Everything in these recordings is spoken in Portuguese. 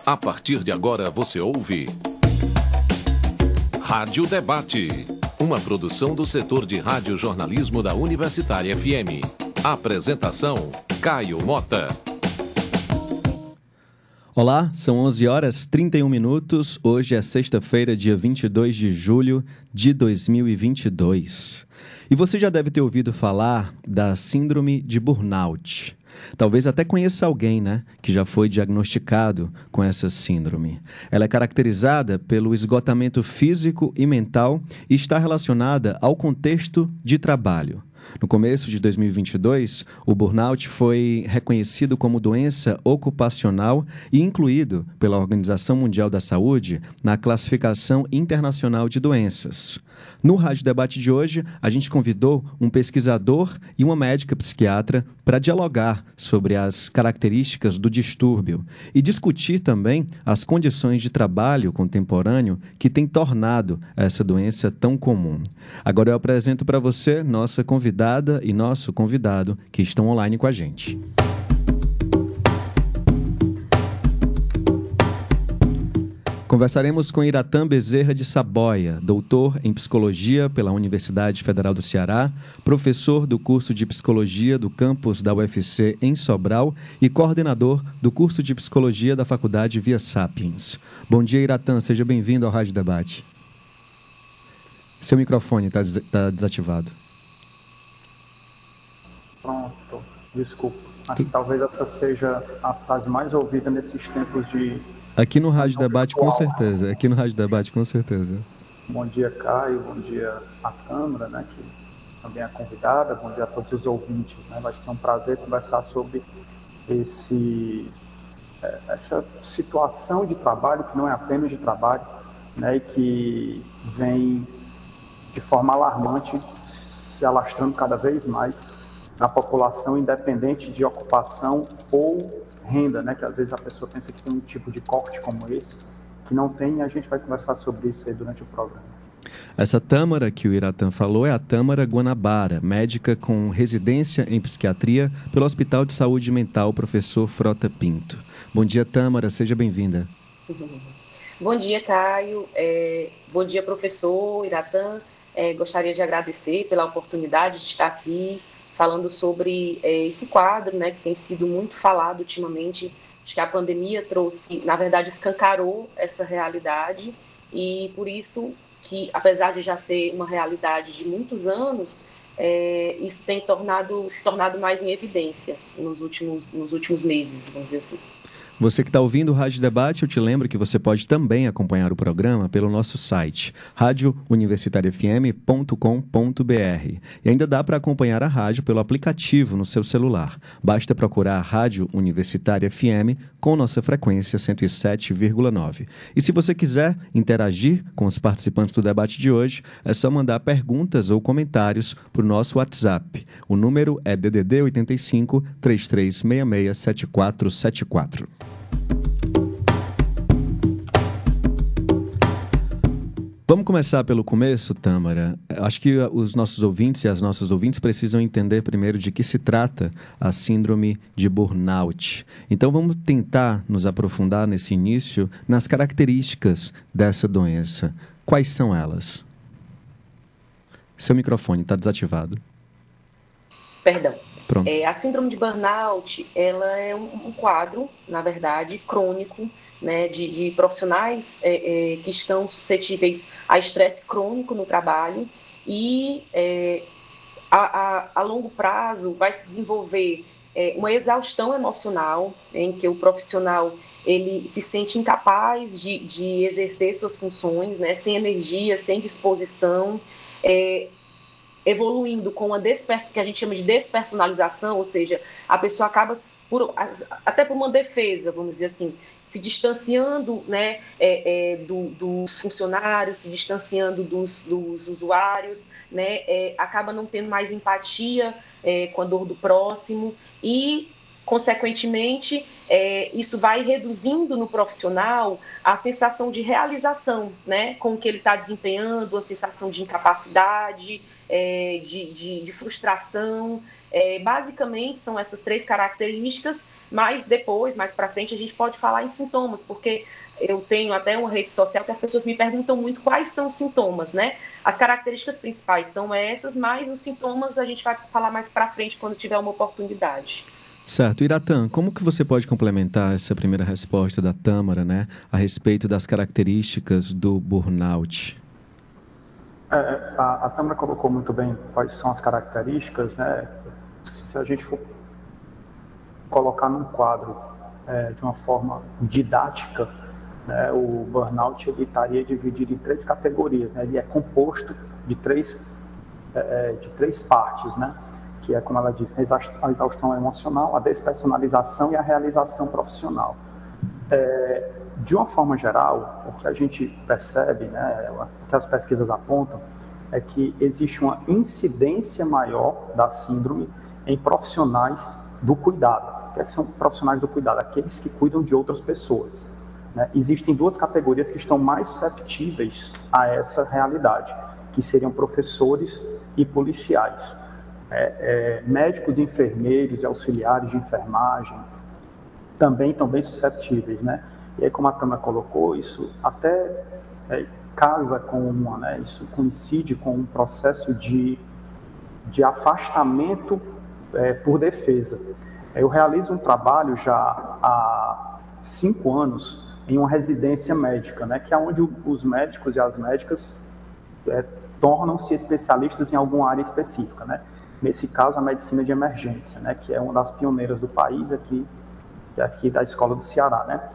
A partir de agora você ouve Rádio Debate, uma produção do setor de radiojornalismo da Universitária FM. Apresentação, Caio Mota. Olá, são 11 horas 31 minutos. Hoje é sexta-feira, dia 22 de julho de 2022. E você já deve ter ouvido falar da síndrome de burnout. Talvez até conheça alguém, que já foi diagnosticado com essa síndrome. Ela é caracterizada pelo esgotamento físico e mental e está relacionada ao contexto de trabalho. No começo de 2022, o burnout foi reconhecido como doença ocupacional e incluído pela Organização Mundial da Saúde na classificação internacional de doenças. No Rádio Debate de hoje, a gente convidou um pesquisador e uma médica psiquiatra para dialogar sobre as características do distúrbio e discutir também as condições de trabalho contemporâneo que têm tornado essa doença tão comum. Agora eu apresento para você nossa convidada e nosso convidado que estão online com a gente. Conversaremos com Iratã Bezerra de Saboia, doutor em Psicologia pela Universidade Federal do Ceará, professor do curso de Psicologia do campus da UFC em Sobral e coordenador do curso de Psicologia da Faculdade Via Sapiens. Bom dia, Iratã, seja bem-vindo ao Rádio Debate. Seu microfone está desativado. Pronto, desculpa. Acho que talvez essa seja a frase mais ouvida nesses tempos de... Aqui no Rádio Debate, com certeza. Aqui no Rádio Debate, com certeza. Bom dia, Caio. Bom dia à Câmara, que também é convidada. Bom dia a todos os ouvintes. Vai ser um prazer conversar sobre essa situação de trabalho, que não é apenas de trabalho, e que vem de forma alarmante se alastrando cada vez mais na população, independente de ocupação ou renda, que às vezes a pessoa pensa que tem um tipo de corte como esse, que não tem, e a gente vai conversar sobre isso aí durante o programa. Essa Tâmara que o Iratã falou é a Tâmara Guanabara, médica com residência em psiquiatria pelo Hospital de Saúde Mental Professor Frota Pinto. Bom dia, Tâmara, seja bem-vinda. Bom dia, Caio. Bom dia, professor Iratã. Gostaria de agradecer pela oportunidade de estar aqui falando sobre esse quadro, que tem sido muito falado ultimamente. Acho que a pandemia trouxe, na verdade, escancarou essa realidade e por isso que, apesar de já ser uma realidade de muitos anos, isso tem se tornado mais em evidência nos últimos meses, vamos dizer assim. Você que está ouvindo o Rádio Debate, eu te lembro que você pode também acompanhar o programa pelo nosso site, radiouniversitariafm.com.br. E ainda dá para acompanhar a rádio pelo aplicativo no seu celular. Basta procurar a Rádio Universitária FM com nossa frequência 107,9. E se você quiser interagir com os participantes do debate de hoje, é só mandar perguntas ou comentários para o nosso WhatsApp. O número é DDD 85 3366 7474. Vamos começar pelo começo, Tâmara. Acho que os nossos ouvintes e as nossas ouvintes precisam entender primeiro de que se trata a síndrome de burnout. Então vamos tentar nos aprofundar nesse início nas características dessa doença. Quais são elas? Seu microfone está desativado. Perdão. Pronto. A síndrome de burnout, ela é um quadro, na verdade, crônico, de profissionais que estão suscetíveis a estresse crônico no trabalho e a longo prazo vai se desenvolver uma exaustão emocional em que o profissional ele se sente incapaz de exercer suas funções, sem energia, sem disposição, evoluindo com que a gente chama de despersonalização, ou seja, a pessoa acaba, até por uma defesa, vamos dizer assim, se distanciando dos funcionários, se distanciando dos usuários, acaba não tendo mais empatia com a dor do próximo e consequentemente, isso vai reduzindo no profissional a sensação de realização, né, com o que ele está desempenhando, a sensação de incapacidade, de frustração. Basicamente, são essas 3 características, mas depois, mais para frente, a gente pode falar em sintomas, porque eu tenho até uma rede social que as pessoas me perguntam muito quais são os sintomas, né? As características principais são essas, mas os sintomas a gente vai falar mais para frente quando tiver uma oportunidade. Certo. Iratã, como que você pode complementar essa primeira resposta da Tâmara, né, a respeito das características do burnout? A Tâmara colocou muito bem quais são as características, né? Se a gente for colocar num quadro de uma forma didática, né, o burnout ele estaria dividido em 3 categorias, né? Ele é composto de três partes, né? Que é, como ela diz, a exaustão emocional, a despersonalização e a realização profissional. De uma forma geral, o que a gente percebe, né, o que as pesquisas apontam, é que existe uma incidência maior da síndrome em profissionais do cuidado. O que são profissionais do cuidado? Aqueles que cuidam de outras pessoas, né? Existem 2 categorias que estão mais susceptíveis a essa realidade, que seriam professores e policiais. Médicos, enfermeiros e auxiliares de enfermagem também estão bem susceptíveis, né? E aí, como a Tâmara colocou, isso até casa com isso coincide com um processo de afastamento por defesa. Eu realizo um trabalho já há 5 anos em uma residência médica, né? Que é onde os médicos e as médicas tornam-se especialistas em alguma área específica, né? Nesse caso, a medicina de emergência, né, que é uma das pioneiras do país, aqui da Escola do Ceará, né?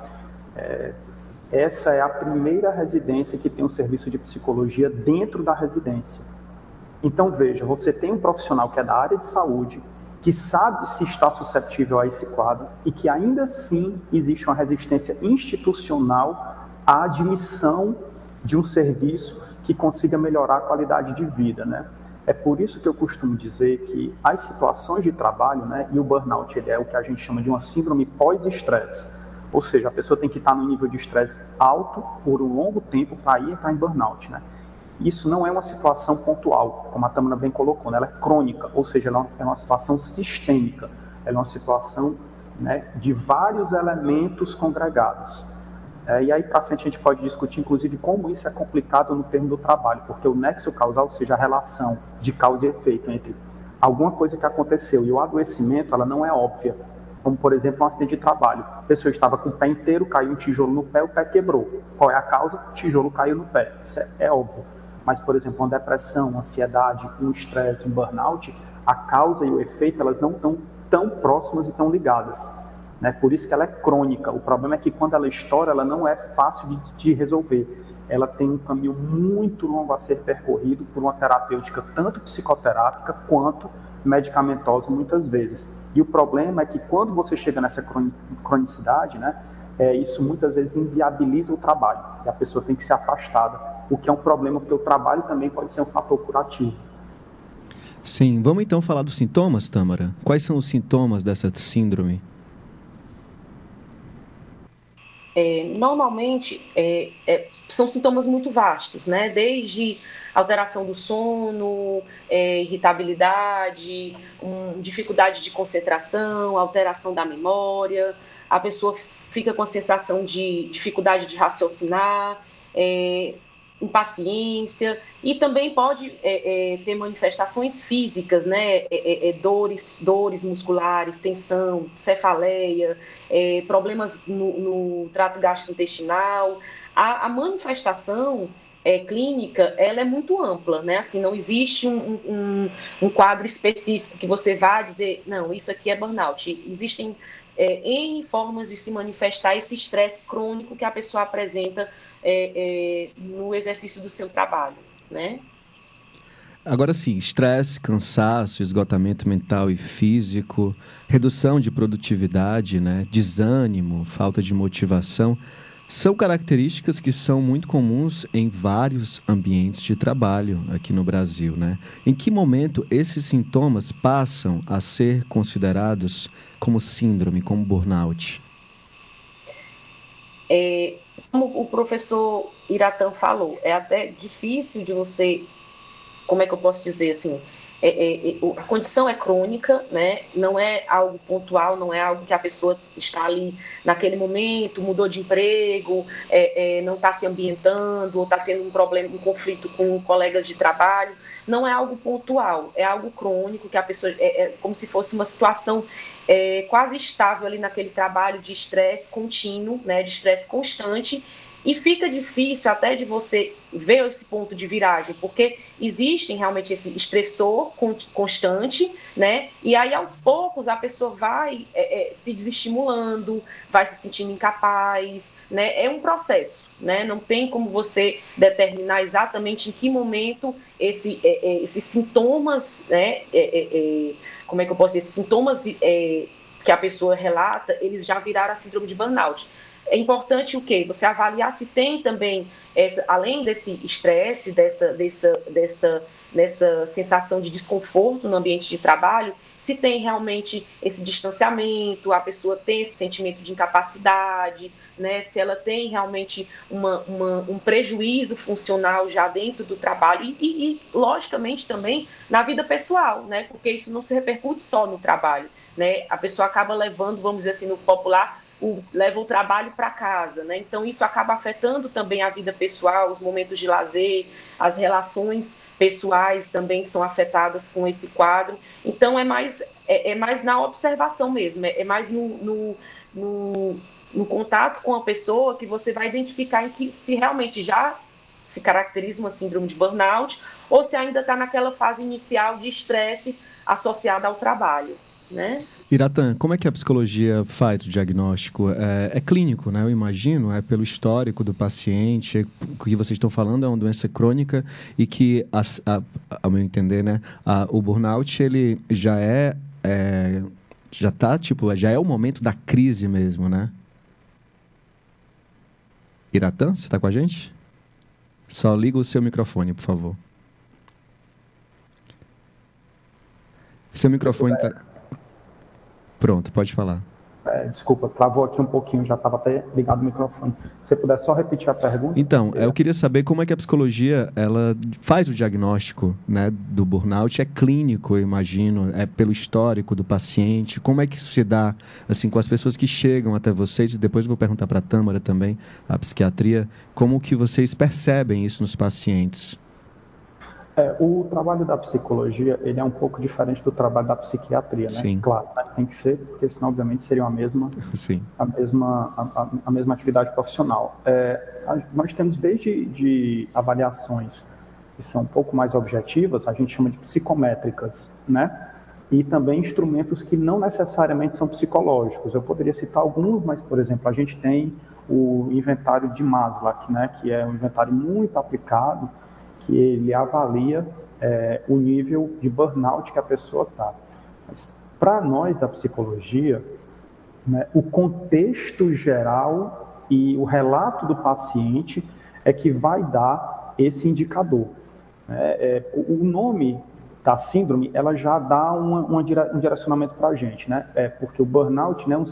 Essa é a primeira residência que tem um serviço de psicologia dentro da residência. Então, veja, você tem um profissional que é da área de saúde, que sabe se está suscetível a esse quadro e que ainda assim existe uma resistência institucional à admissão de um serviço que consiga melhorar a qualidade de vida, né? É por isso que eu costumo dizer que as situações de trabalho, né, e o burnout ele é o que a gente chama de uma síndrome pós-estresse. Ou seja, a pessoa tem que estar num nível de estresse alto por um longo tempo para entrar em burnout, né? Isso não é uma situação pontual, como a Tâmara bem colocou, né? Ela é crônica, ou seja, ela é uma situação sistêmica. Ela é uma situação, né, de vários elementos congregados. E aí para frente a gente pode discutir, inclusive, como isso é complicado no termo do trabalho, porque o nexo causal, ou seja, a relação de causa e efeito entre alguma coisa que aconteceu e o adoecimento, ela não é óbvia. Como, por exemplo, um acidente de trabalho. A pessoa estava com o pé inteiro, caiu um tijolo no pé, o pé quebrou. Qual é a causa? O tijolo caiu no pé. Isso é óbvio. Mas, por exemplo, uma depressão, uma ansiedade, um estresse, um burnout, a causa e o efeito, elas não estão tão próximas e tão ligadas. Né? Por isso que ela é crônica. O problema é que quando ela estoura, ela não é fácil de resolver. Ela tem um caminho muito longo a ser percorrido por uma terapêutica tanto psicoterápica quanto medicamentosa muitas vezes. E o problema é que quando você chega nessa cronicidade, né, isso muitas vezes inviabiliza o trabalho. E a pessoa tem que ser afastada, o que é um problema, porque o trabalho também pode ser um fator curativo. Sim, vamos então falar dos sintomas, Tâmara? Quais são os sintomas dessa síndrome? Normalmente, são sintomas muito vastos, né? Desde alteração do sono, irritabilidade, dificuldade de concentração, alteração da memória, a pessoa fica com a sensação de dificuldade de raciocinar, impaciência, e também pode ter manifestações físicas, né? Dores musculares, tensão, cefaleia, problemas no trato gastrointestinal. A manifestação clínica, ela é muito ampla, né? Assim, não existe um quadro específico que você vá dizer, não, isso aqui é burnout. Existem N formas de se manifestar esse estresse crônico que a pessoa apresenta no exercício do seu trabalho, né? Agora sim, estresse, cansaço, esgotamento mental e físico, redução de produtividade, né? Desânimo, falta de motivação, são características que são muito comuns em vários ambientes de trabalho aqui no Brasil, né? Em que momento esses sintomas passam a ser considerados como síndrome, como burnout? Como o professor Iratã falou, é até difícil de você, como é que eu posso dizer assim, a condição é crônica, né? Não é algo pontual, não é algo que a pessoa está ali naquele momento, mudou de emprego, não está se ambientando, ou está tendo um problema, um conflito com colegas de trabalho. Não é algo pontual, é algo crônico, que a pessoa como se fosse uma situação quase estável ali naquele trabalho de estresse contínuo, né? De estresse constante. E fica difícil até de você ver esse ponto de viragem, porque existem realmente esse estressor constante, né? E aí, aos poucos, a pessoa vai se desestimulando, vai se sentindo incapaz, né? É um processo, né? Não tem como você determinar exatamente em que momento esses sintomas, né? Como é que eu posso dizer? Esses sintomas que a pessoa relata, eles já viraram a síndrome de burnout. É importante o quê? Você avaliar se tem também, além desse estresse, dessa sensação de desconforto no ambiente de trabalho, se tem realmente esse distanciamento, a pessoa tem esse sentimento de incapacidade, né? Se ela tem realmente um prejuízo funcional já dentro do trabalho e, logicamente, também na vida pessoal, né? Porque isso não se repercute só no trabalho, né? A pessoa acaba levando, vamos dizer assim, no popular, leva o trabalho para casa, né? Então isso acaba afetando também a vida pessoal, os momentos de lazer, as relações pessoais também são afetadas com esse quadro. Então é mais na observação mesmo, é mais no contato com a pessoa que você vai identificar em que se realmente já se caracteriza uma síndrome de burnout ou se ainda está naquela fase inicial de estresse associada ao trabalho, né? Iratã, como é que a psicologia faz o diagnóstico? É clínico, né? Eu imagino, é pelo histórico do paciente. O que vocês estão falando é uma doença crônica e que, ao meu entender, né, o burnout ele já é o momento da crise mesmo, né? Iratã, você está com a gente? Só liga o seu microfone, por favor. Seu microfone está... Pronto, pode falar. Desculpa, travou aqui um pouquinho, já estava até ligado o microfone. Se você puder só repetir a pergunta. Então, eu queria saber como é que a psicologia ela faz o diagnóstico, né, do burnout. É clínico, eu imagino, é pelo histórico do paciente. Como é que isso se dá assim, com as pessoas que chegam até vocês? E depois eu vou perguntar para a Tâmara também, a psiquiatria, como que vocês percebem isso nos pacientes? O trabalho da psicologia ele é um pouco diferente do trabalho da psiquiatria, né? Sim. Claro, né? Tem que ser, porque senão, obviamente, seria Sim. a mesma atividade profissional. Nós temos desde avaliações que são um pouco mais objetivas, a gente chama de psicométricas, né? E também instrumentos que não necessariamente são psicológicos. Eu poderia citar alguns, mas, por exemplo, a gente tem o inventário de Maslach, né? Que é um inventário muito aplicado, que ele avalia o nível de burnout que a pessoa está. Mas, para nós da psicologia, né, o contexto geral e o relato do paciente é que vai dar esse indicador. O nome da síndrome, ela já dá um direcionamento para a gente, né? Porque o burnout, né,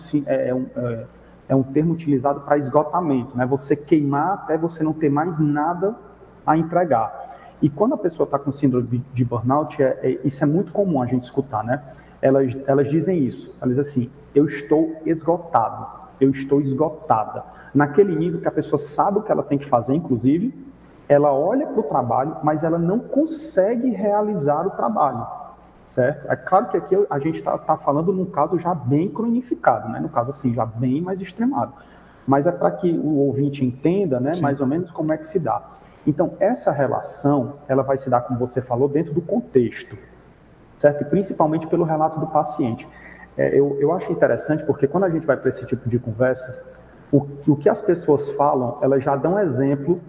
é um termo utilizado para esgotamento, né? Você queimar até você não ter mais nada a entregar. E quando a pessoa está com síndrome de burnout, isso é muito comum a gente escutar, né? Elas dizem isso, elas dizem assim, eu estou esgotado, eu estou esgotada. Naquele nível que a pessoa sabe o que ela tem que fazer, inclusive, ela olha para o trabalho, mas ela não consegue realizar o trabalho, certo? É claro que aqui a gente está falando num caso já bem cronificado, né? No caso assim, já bem mais extremado. Mas é para que o ouvinte entenda, né, mais ou menos como é que se dá. Então, essa relação, ela vai se dar, como você falou, dentro do contexto, certo? E principalmente pelo relato do paciente. Eu acho interessante porque quando a gente vai para esse tipo de conversa, o que as pessoas falam, elas já dão exemplo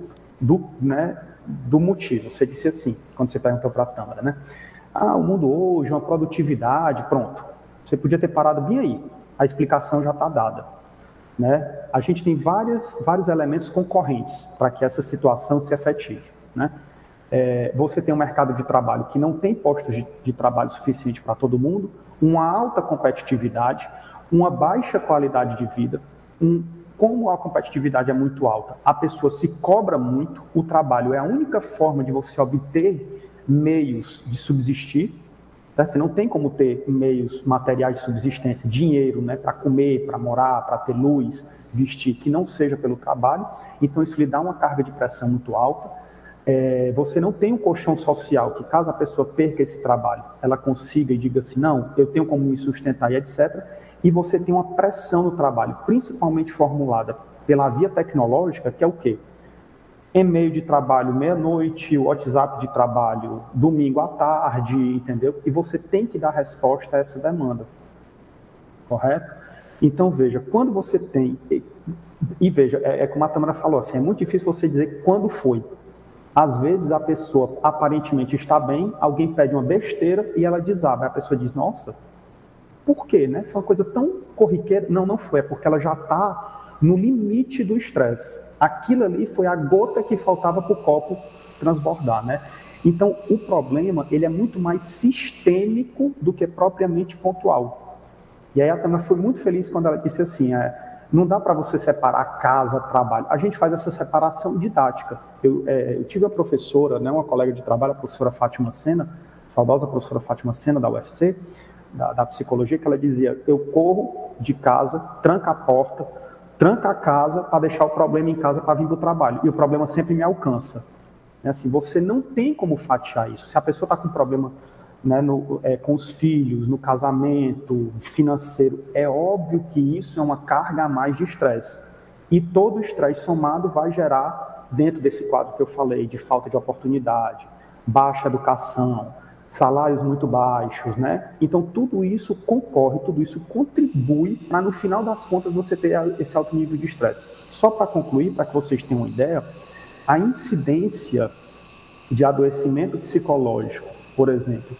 do motivo. Você disse assim, quando você perguntou para a Tâmara, né? O mundo hoje, uma produtividade, pronto. Você podia ter parado bem aí. A explicação já está dada. Né? A gente tem vários elementos concorrentes para que essa situação se efetive, né? Você tem um mercado de trabalho que não tem postos de trabalho suficiente para todo mundo, uma alta competitividade, uma baixa qualidade de vida, como a competitividade é muito alta, a pessoa se cobra muito, o trabalho é a única forma de você obter meios de subsistir, tá? Você não tem como ter meios materiais de subsistência, dinheiro, né, para comer, para morar, para ter luz, vestir, que não seja pelo trabalho, então isso lhe dá uma carga de pressão muito alta. Você não tem um colchão social que, caso a pessoa perca esse trabalho, ela consiga e diga assim, não, eu tenho como me sustentar e etc. E você tem uma pressão no trabalho, principalmente formulada pela via tecnológica, que é o quê? E-mail de trabalho meia-noite, WhatsApp de trabalho domingo à tarde, entendeu? E você tem que dar resposta a essa demanda, correto? Então, veja, quando você tem... E veja, como a Tamara falou, assim, é muito difícil você dizer quando foi. Às vezes a pessoa aparentemente está bem, alguém pede uma besteira e ela desaba. A pessoa diz, nossa, por quê? Né? Foi uma coisa tão corriqueira. Não, não foi, é porque ela já está no limite do estresse. Aquilo ali foi a gota que faltava para o copo transbordar, né? Então, o problema, ele é muito mais sistêmico do que propriamente pontual. E aí a Tamara foi muito feliz quando ela disse assim, não dá para você separar casa, trabalho. A gente faz essa separação didática. Eu tive a professora, né, uma colega de trabalho, a professora Fátima Sena, saudosa professora Fátima Sena, da UFC, da psicologia, que ela dizia, eu corro de casa, tranca a porta, tranca a casa para deixar o problema em casa para vir do trabalho. E o problema sempre me alcança. Assim, você não tem como fatiar isso. Se a pessoa está com problema, né, com os filhos, no casamento, financeiro, é óbvio que isso é uma carga a mais de estresse. E todo o estresse somado vai gerar, dentro desse quadro que eu falei, de falta de oportunidade, baixa educação, salários muito baixos, né? Então, tudo isso concorre, tudo isso contribui para, no final das contas, você ter esse alto nível de estresse. Só para concluir, para que vocês tenham uma ideia, a incidência de adoecimento psicológico, por exemplo,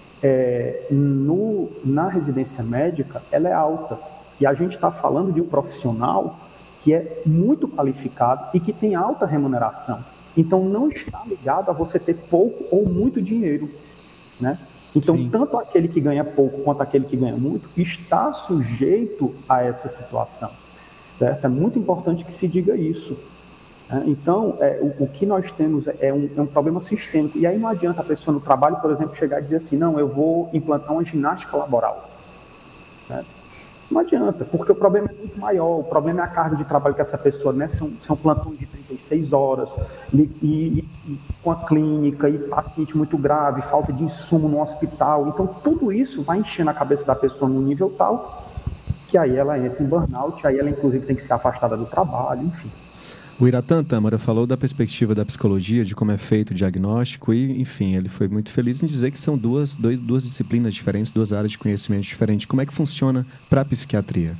na residência médica, ela é alta. E a gente está falando de um profissional que é muito qualificado e que tem alta remuneração. Então, não está ligado a você ter pouco ou muito dinheiro, né? Então, sim, tanto aquele que ganha pouco quanto aquele que ganha muito está sujeito a essa situação, certo? É muito importante que se diga isso. Então, o que nós temos é um problema sistêmico. E aí não adianta a pessoa no trabalho, por exemplo, chegar e dizer assim, não, eu vou implantar uma ginástica laboral. Né? Não adianta, porque o problema é muito maior. O problema é a carga de trabalho que essa pessoa, né, são plantões de 36 horas, e com a clínica, e paciente muito grave, falta de insumo no hospital. Então, tudo isso vai enchendo a cabeça da pessoa num nível tal que aí ela entra em burnout, aí ela, inclusive, tem que ser afastada do trabalho, enfim. O Iratã, Tamara, falou da perspectiva da psicologia, de como é feito o diagnóstico e, enfim, ele foi muito feliz em dizer que são duas disciplinas diferentes, duas áreas de conhecimento diferentes. Como é que funciona para a psiquiatria?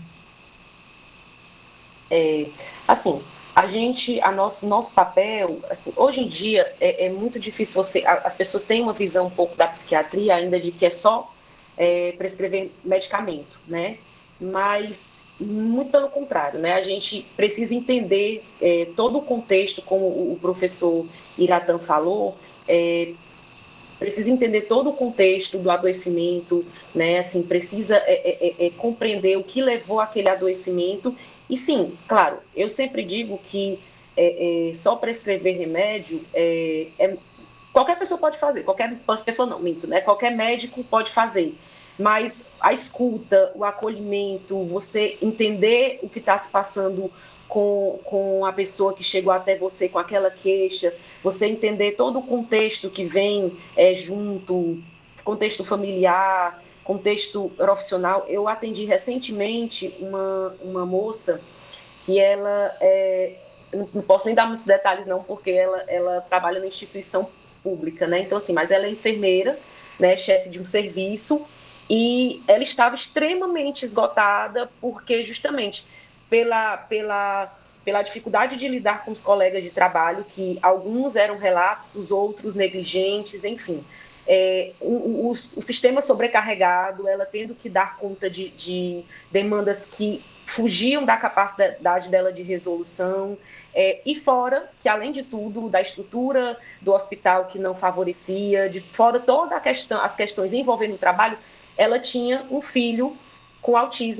Assim, nosso papel, assim, hoje em dia é muito difícil as pessoas têm uma visão um pouco da psiquiatria ainda de que é só prescrever medicamento, né? Mas muito pelo contrário, né? A gente precisa entender todo o contexto, como o professor Iratã falou, precisa entender todo o contexto do adoecimento, né? Assim, precisa compreender o que levou àquele adoecimento. E sim, claro, eu sempre digo que só prescrever remédio qualquer pessoa pode fazer, qualquer pessoa não, minto, né? Qualquer médico pode fazer. Mas a escuta, o acolhimento, você entender o que está se passando com a pessoa que chegou até você com aquela queixa, você entender todo o contexto que vem junto, contexto familiar, contexto profissional. Eu atendi recentemente uma moça que ela, não posso nem dar muitos detalhes não, porque ela trabalha na instituição pública, né? Então assim, mas ela é enfermeira, né, chefe de um serviço, e ela estava extremamente esgotada porque justamente pela dificuldade de lidar com os colegas de trabalho, que alguns eram relapsos, outros negligentes, enfim. O sistema sobrecarregado, ela tendo que dar conta de demandas que fugiam da capacidade dela de resolução, e fora que, além de tudo, da estrutura do hospital que não favorecia, de fora todas as questões envolvendo o trabalho, ela tinha um filho com autismo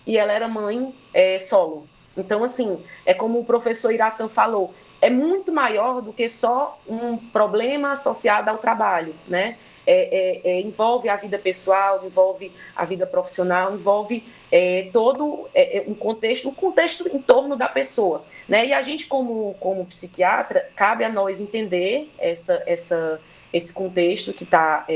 e ela era mãe solo. Então, assim, é como o professor Iratã falou, é muito maior do que só um problema associado ao trabalho, né? Envolve a vida pessoal, envolve a vida profissional, envolve todo um contexto em torno da pessoa, né? E a gente, como psiquiatra, cabe a nós entender esse contexto que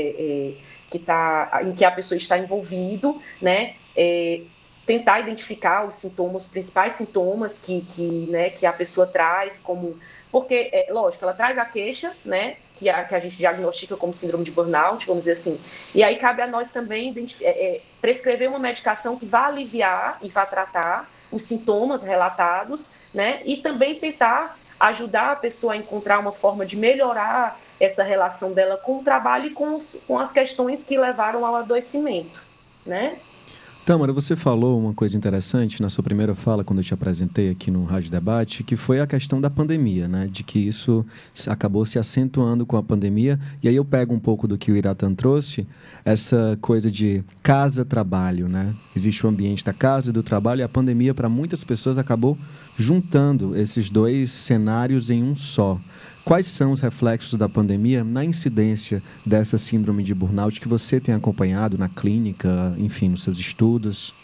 em que a pessoa está envolvido, né? Tentar identificar os principais sintomas que a pessoa traz, porque, lógico, ela traz a queixa, né, que a gente diagnostica como síndrome de burnout, vamos dizer assim, e aí cabe a nós também prescrever uma medicação que vá aliviar e vá tratar os sintomas relatados, né, e também tentar ajudar a pessoa a encontrar uma forma de melhorar essa relação dela com o trabalho e com as questões que levaram ao adoecimento, né? Tâmara, você falou uma coisa interessante na sua primeira fala, quando eu te apresentei aqui no Rádio Debate, que foi a questão da pandemia, né? De que isso acabou se acentuando com a pandemia. E aí eu pego um pouco do que o Iratã trouxe, essa coisa de casa-trabalho, né? Existe o ambiente da casa e do trabalho, e a pandemia, para muitas pessoas, acabou juntando esses dois cenários em um só. Quais são os reflexos da pandemia na incidência dessa síndrome de burnout que você tem acompanhado na clínica, enfim, nos seus estudos?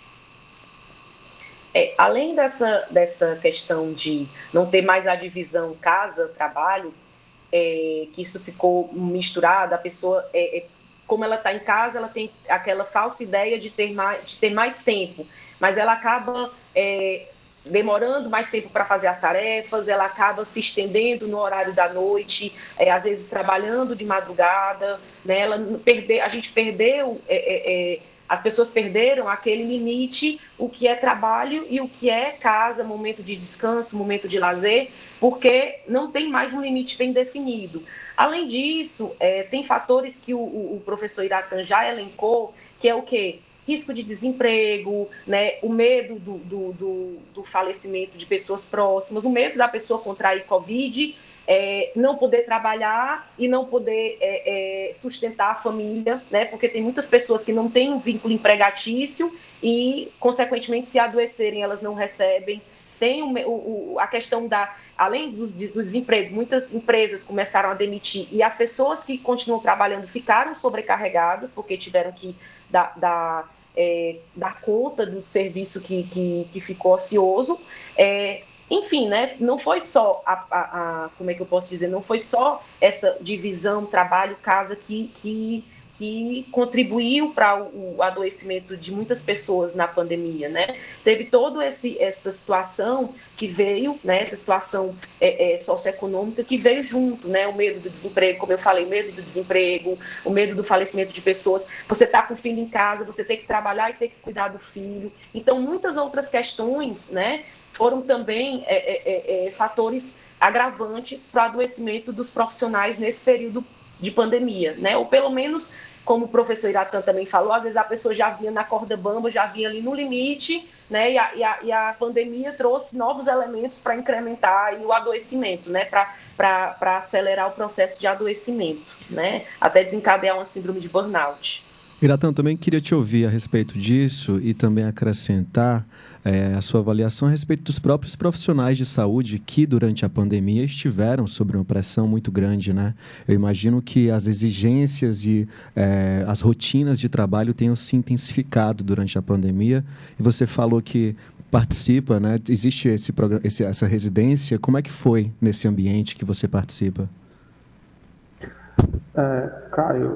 Além dessa questão de não ter mais a divisão casa-trabalho, que isso ficou misturado, a pessoa, como ela está em casa, ela tem aquela falsa ideia de ter mais tempo, mas ela acaba demorando mais tempo para fazer as tarefas, ela acaba se estendendo no horário da noite, às vezes trabalhando de madrugada, né? As pessoas perderam aquele limite, o que é trabalho e o que é casa, momento de descanso, momento de lazer, porque não tem mais um limite bem definido. Além disso, tem fatores que o professor Iratã já elencou, que é o quê? Risco de desemprego, né? O medo do falecimento de pessoas próximas, o medo da pessoa contrair Covid, não poder trabalhar e não poder sustentar a família, né? Porque tem muitas pessoas que não têm um vínculo empregatício e, consequentemente, se adoecerem, elas não recebem. Tem a questão além do desemprego, muitas empresas começaram a demitir e as pessoas que continuam trabalhando ficaram sobrecarregadas porque tiveram que dar conta do serviço que ficou ocioso. Enfim, né, não foi só como é que eu posso dizer, não foi só essa divisão trabalho-casa que contribuiu para o adoecimento de muitas pessoas na pandemia, né? Teve toda essa situação que veio, né? Essa situação socioeconômica que veio junto, né? O medo do desemprego, como eu falei, o medo do desemprego, o medo do falecimento de pessoas. Você está com o filho em casa, você tem que trabalhar e tem que cuidar do filho. Então, muitas outras questões, né? Foram também fatores agravantes para o adoecimento dos profissionais nesse período de pandemia, né? Ou pelo menos, como o professor Iratã também falou, às vezes a pessoa já vinha na corda bamba, já vinha ali no limite, né? E a pandemia trouxe novos elementos para incrementar aí o adoecimento, né? Para acelerar o processo de adoecimento, né? Até desencadear uma síndrome de burnout. Iratã, também queria te ouvir a respeito disso e também acrescentar a sua avaliação a respeito dos próprios profissionais de saúde que, durante a pandemia, estiveram sob uma pressão muito grande, né? Eu imagino que as exigências e as rotinas de trabalho tenham se intensificado durante a pandemia. E você falou que participa, né? Existe essa residência. Como é que foi nesse ambiente que você participa? Caio,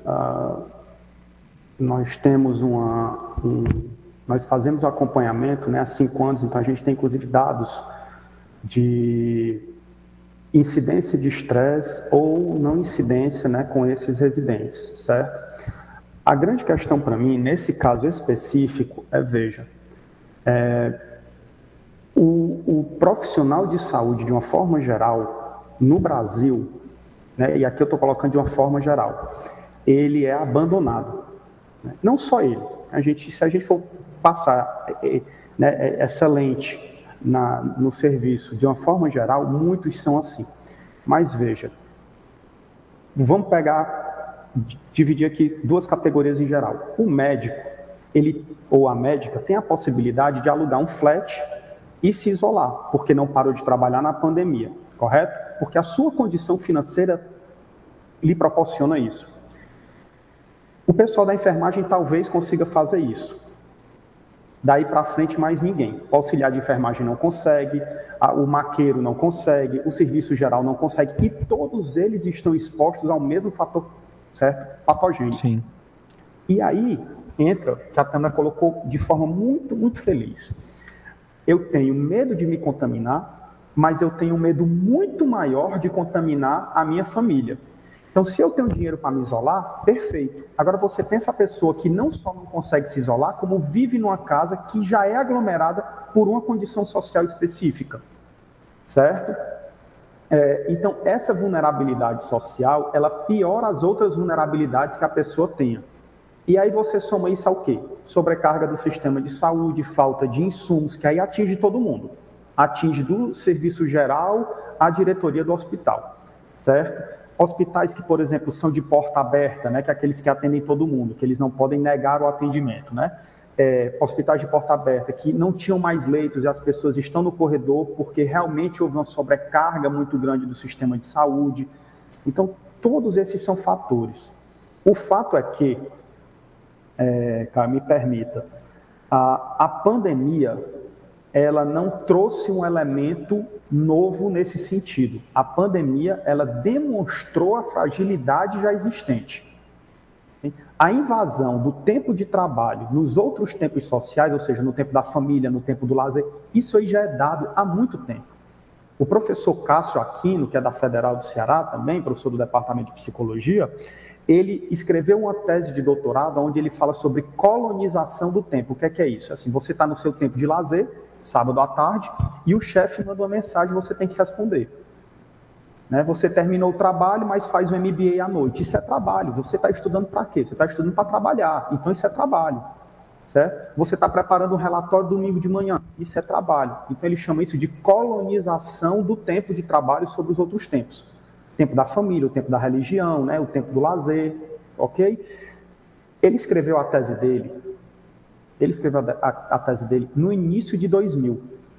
nós temos nós fazemos o acompanhamento, né, há 5 anos, então a gente tem inclusive dados de incidência de estresse ou não incidência, né, com esses residentes, certo? A grande questão para mim, nesse caso específico, veja, o profissional de saúde, de uma forma geral, no Brasil, né, e aqui eu estou colocando de uma forma geral, ele é abandonado. Não só ele. Se a gente for passar essa lente no serviço de uma forma geral, muitos são assim. Mas veja, vamos dividir aqui 2 categorias em geral. O médico, ele ou a médica tem a possibilidade de alugar um flat e se isolar, porque não parou de trabalhar na pandemia, correto? Porque a sua condição financeira lhe proporciona isso. O pessoal da enfermagem talvez consiga fazer isso. Daí para frente, mais ninguém. O auxiliar de enfermagem não consegue, o maqueiro não consegue, o serviço geral não consegue, e todos eles estão expostos ao mesmo fator, certo? Patogênico. Sim. E aí entra, que a Tâmara colocou de forma muito, muito feliz. Eu tenho medo de me contaminar, mas eu tenho um medo muito maior de contaminar a minha família. Então, se eu tenho dinheiro para me isolar, perfeito. Agora, você pensa a pessoa que não só não consegue se isolar, como vive numa casa que já é aglomerada por uma condição social específica, certo? Então, essa vulnerabilidade social, ela piora as outras vulnerabilidades que a pessoa tenha. E aí você soma isso ao quê? Sobrecarga do sistema de saúde, falta de insumos, que aí atinge todo mundo. Atinge do serviço geral à diretoria do hospital, certo? Hospitais que, por exemplo, são de porta aberta, né, que é aqueles que atendem todo mundo, que eles não podem negar o atendimento, né? Hospitais de porta aberta que não tinham mais leitos e as pessoas estão no corredor porque realmente houve uma sobrecarga muito grande do sistema de saúde. Então, todos esses são fatores. O fato é que, cara, me permita, a pandemia, ela não trouxe um elemento novo nesse sentido. A pandemia, ela demonstrou a fragilidade já existente. A invasão do tempo de trabalho nos outros tempos sociais, ou seja, no tempo da família, no tempo do lazer, isso aí já é dado há muito tempo. O professor Cássio Aquino, que é da Federal do Ceará também, professor do Departamento de Psicologia, ele escreveu uma tese de doutorado onde ele fala sobre colonização do tempo. O que é isso? Assim, você está no seu tempo de lazer, sábado à tarde, e o chefe manda uma mensagem, você tem que responder. Né? Você terminou o trabalho, mas faz um MBA à noite. Isso é trabalho. Você está estudando para quê? Você está estudando para trabalhar. Então, isso é trabalho. Certo? Você está preparando um relatório domingo de manhã. Isso é trabalho. Então, ele chama isso de colonização do tempo de trabalho sobre os outros tempos. O tempo da família, o tempo da religião, né? O tempo do lazer. Ok? Ele escreveu a tese dele. Ele escreveu a tese dele no início de 2000,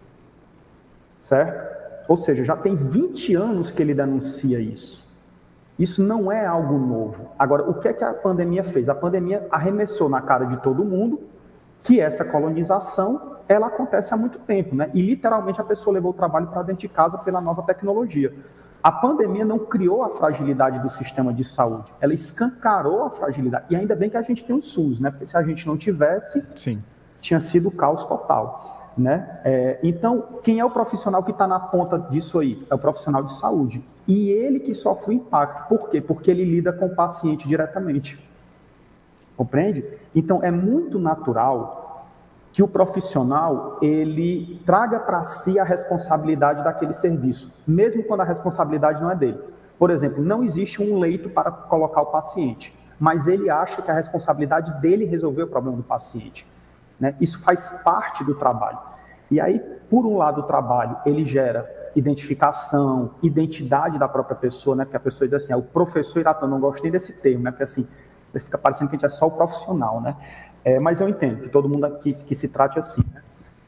certo? Ou seja, já tem 20 anos que ele denuncia isso. Isso não é algo novo. Agora, o que é que a pandemia fez? A pandemia arremessou na cara de todo mundo que essa colonização, ela acontece há muito tempo, né? E literalmente a pessoa levou o trabalho para dentro de casa pela nova tecnologia. A pandemia não criou a fragilidade do sistema de saúde, ela escancarou a fragilidade. E ainda bem que a gente tem o SUS, né? Porque se a gente não tivesse, sim, tinha sido caos total, né? Então, quem é o profissional que está na ponta disso aí? É o profissional de saúde. E ele que sofre o impacto. Por quê? Porque ele lida com o paciente diretamente. Compreende? Então, é muito natural que o profissional, ele traga para si a responsabilidade daquele serviço, mesmo quando a responsabilidade não é dele. Por exemplo, não existe um leito para colocar o paciente, mas ele acha que a responsabilidade dele é resolver o problema do paciente. Né? Isso faz parte do trabalho. E aí, por um lado, o trabalho, ele gera identificação, identidade da própria pessoa, né? Porque a pessoa diz assim, o professor Iratã, não gostei desse termo, né? Porque assim, fica parecendo que a gente é só o profissional, né? Mas eu entendo que todo mundo que se trate assim, né?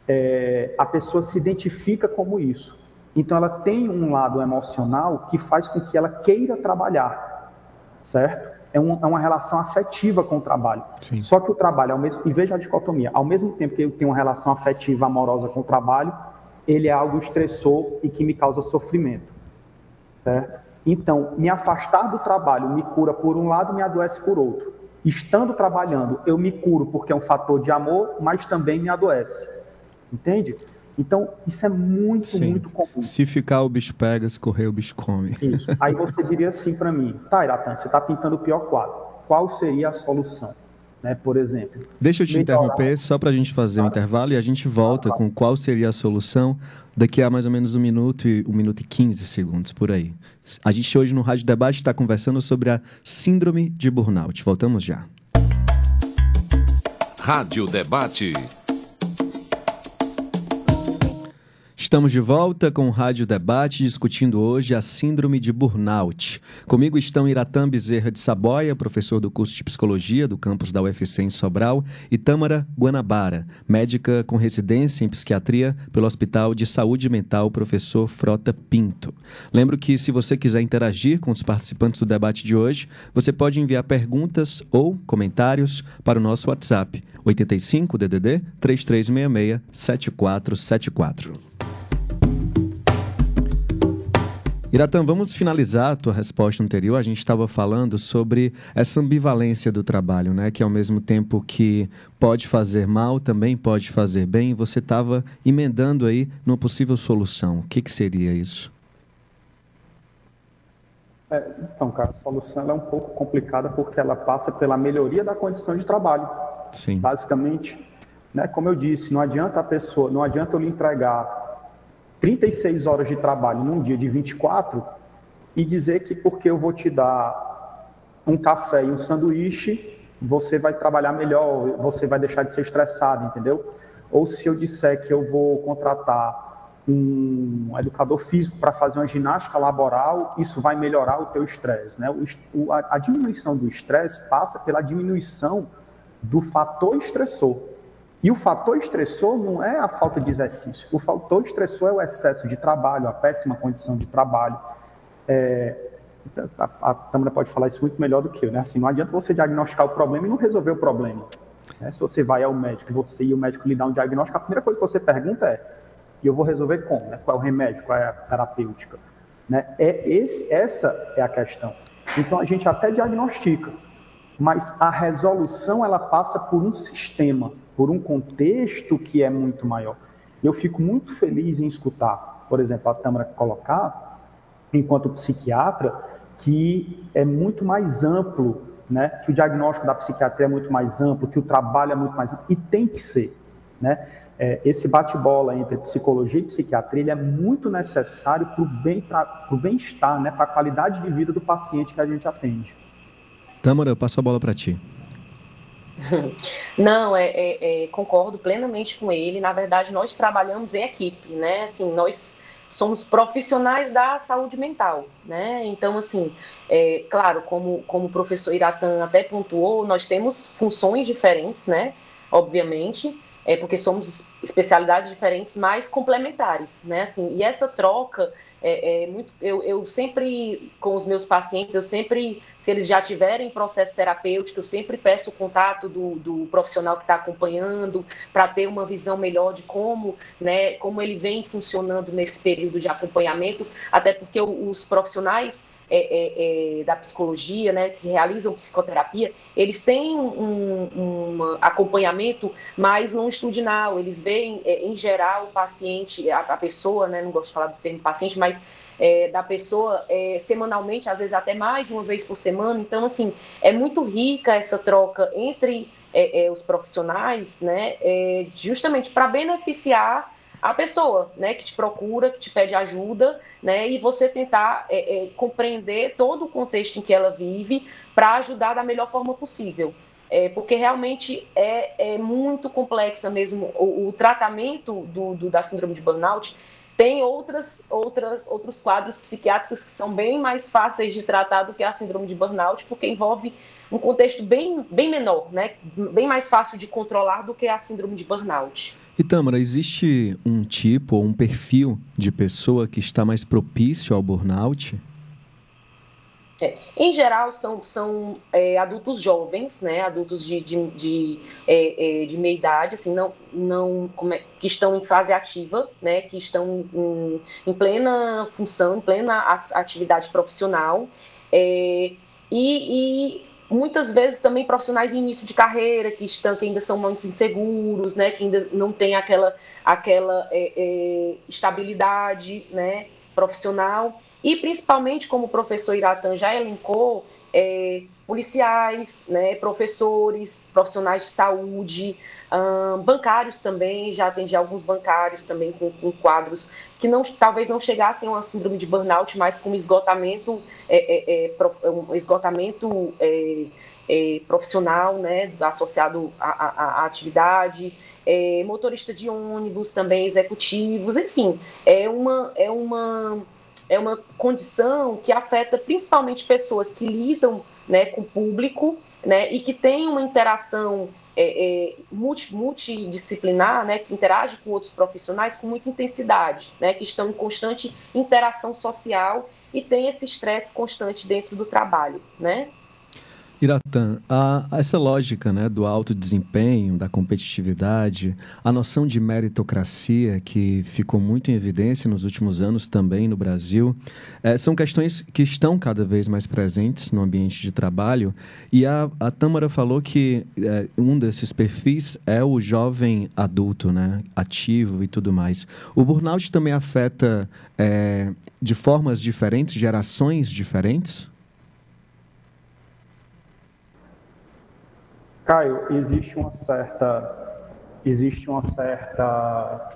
A pessoa se identifica como isso. Então, ela tem um lado emocional que faz com que ela queira trabalhar, certo? É uma relação afetiva com o trabalho. Sim. Só que o trabalho, e veja a dicotomia, ao mesmo tempo que eu tenho uma relação afetiva, amorosa com o trabalho, ele é algo estressor e que me causa sofrimento, certo? Então, me afastar do trabalho me cura por um lado, me adoece por outro. Estando trabalhando, eu me curo porque é um fator de amor, mas também me adoece. Entende? Então, isso é muito, sim, muito comum. Se ficar, o bicho pega, se correr, o bicho come. Isso. Aí você diria assim para mim, tá, Iratã, você está pintando o pior quadro. Qual seria a solução? Né, por exemplo. Deixa eu te interromper, só para a gente fazer um intervalo e a gente volta com qual seria a solução daqui a mais ou menos 1 minuto e 1 minuto e 15 segundos, por aí. A gente hoje no Rádio Debate está conversando sobre a síndrome de burnout. Voltamos já. Rádio Debate. Estamos de volta com o Rádio Debate, discutindo hoje a síndrome de burnout. Comigo estão Iratã Bezerra de Saboia, professor do curso de Psicologia do campus da UFC em Sobral, e Tâmara Guanabara, médica com residência em Psiquiatria pelo Hospital de Saúde Mental Professor Frota Pinto. Lembro que, se você quiser interagir com os participantes do debate de hoje, você pode enviar perguntas ou comentários para o nosso WhatsApp, 85-DDD 3366-7474. Iratã, vamos finalizar a tua resposta anterior. A gente estava falando sobre essa ambivalência do trabalho, né? Que ao mesmo tempo que pode fazer mal, também pode fazer bem. Você estava emendando aí numa possível solução. O que seria isso? Então, cara, a solução ela é um pouco complicada porque ela passa pela melhoria da condição de trabalho. Sim. Basicamente, né? Como eu disse, não adianta eu lhe entregar 36 horas de trabalho num dia de 24 e dizer que porque eu vou te dar um café e um sanduíche, você vai trabalhar melhor, você vai deixar de ser estressado, entendeu? Ou se eu disser que eu vou contratar um educador físico para fazer uma ginástica laboral, isso vai melhorar o teu estresse, né? A diminuição do estresse passa pela diminuição do fator estressor. E o fator estressor não é a falta de exercício. O fator estressor é o excesso de trabalho, a péssima condição de trabalho. A Tâmara pode falar isso muito melhor do que eu, né? Assim, não adianta você diagnosticar o problema e não resolver o problema. Né? Se você vai ao médico e o médico lhe dá um diagnóstico, a primeira coisa que você pergunta é: e eu vou resolver como? Né? Qual é o remédio? Qual é a terapêutica? Né? Essa é a questão. Então a gente até diagnostica, mas a resolução ela passa por um sistema, por um contexto que é muito maior. Eu fico muito feliz em escutar, por exemplo, a Tâmara colocar, enquanto psiquiatra, que é muito mais amplo, né? Que o diagnóstico da psiquiatria é muito mais amplo, que o trabalho é muito mais amplo, e tem que ser. Né? Esse bate-bola entre psicologia e psiquiatria ele é muito necessário para o bem-estar, né? Para a qualidade de vida do paciente que a gente atende. Tâmara, eu passo a bola para ti. Não, concordo plenamente com ele. Na verdade, nós trabalhamos em equipe, né? Assim, nós somos profissionais da saúde mental, né? Então, assim, claro, como o professor Iratã até pontuou, nós temos funções diferentes, né? Obviamente, porque somos especialidades diferentes, mas complementares, né? Assim, e essa troca eu sempre, com os meus pacientes, se eles já tiverem processo terapêutico, eu sempre peço o contato do profissional que está acompanhando, para ter uma visão melhor de como ele vem funcionando nesse período de acompanhamento, até porque os profissionais da psicologia, né, que realizam psicoterapia, eles têm um acompanhamento mais longitudinal, eles veem, em geral, o paciente, a pessoa, né, não gosto de falar do termo paciente, mas da pessoa semanalmente, às vezes até mais de uma vez por semana. Então, assim, é muito rica essa troca entre os profissionais, né, justamente para beneficiar a pessoa, né, que te procura, que te pede ajuda, né, e você tentar compreender todo o contexto em que ela vive para ajudar da melhor forma possível. Porque realmente é muito complexa mesmo o tratamento da síndrome de burnout. Tem outros quadros psiquiátricos que são bem mais fáceis de tratar do que a síndrome de burnout, porque envolve um contexto bem menor, né, bem mais fácil de controlar do que a síndrome de burnout. E Tâmara, existe um tipo ou um perfil de pessoa que está mais propício ao burnout? Em geral, são adultos jovens, né, adultos de meia idade, assim, que estão em fase ativa, né, que estão em plena função, em plena atividade profissional, e muitas vezes também profissionais em início de carreira, que ainda são muito inseguros, né, que ainda não têm aquela estabilidade, né, profissional. E principalmente, como o professor Iratã já elencou, policiais, né, professores, profissionais de saúde, bancários também, já atendi alguns bancários também com quadros que talvez não chegassem a uma síndrome de burnout, mas com esgotamento profissional, né, associado à atividade. motorista de ônibus, também executivos, enfim, é uma condição que afeta principalmente pessoas que lidam, né, com o público, né, e que têm uma interação multidisciplinar, né, que interage com outros profissionais com muita intensidade, né, que estão em constante interação social e tem esse estresse constante dentro do trabalho, né? Iratã, essa lógica, né, do alto desempenho, da competitividade, a noção de meritocracia que ficou muito em evidência nos últimos anos também no Brasil, são questões que estão cada vez mais presentes no ambiente de trabalho, e a Tâmara falou que um desses perfis é o jovem adulto, né, ativo e tudo mais. O burnout também afeta de formas diferentes, gerações diferentes? Caio, existe uma certa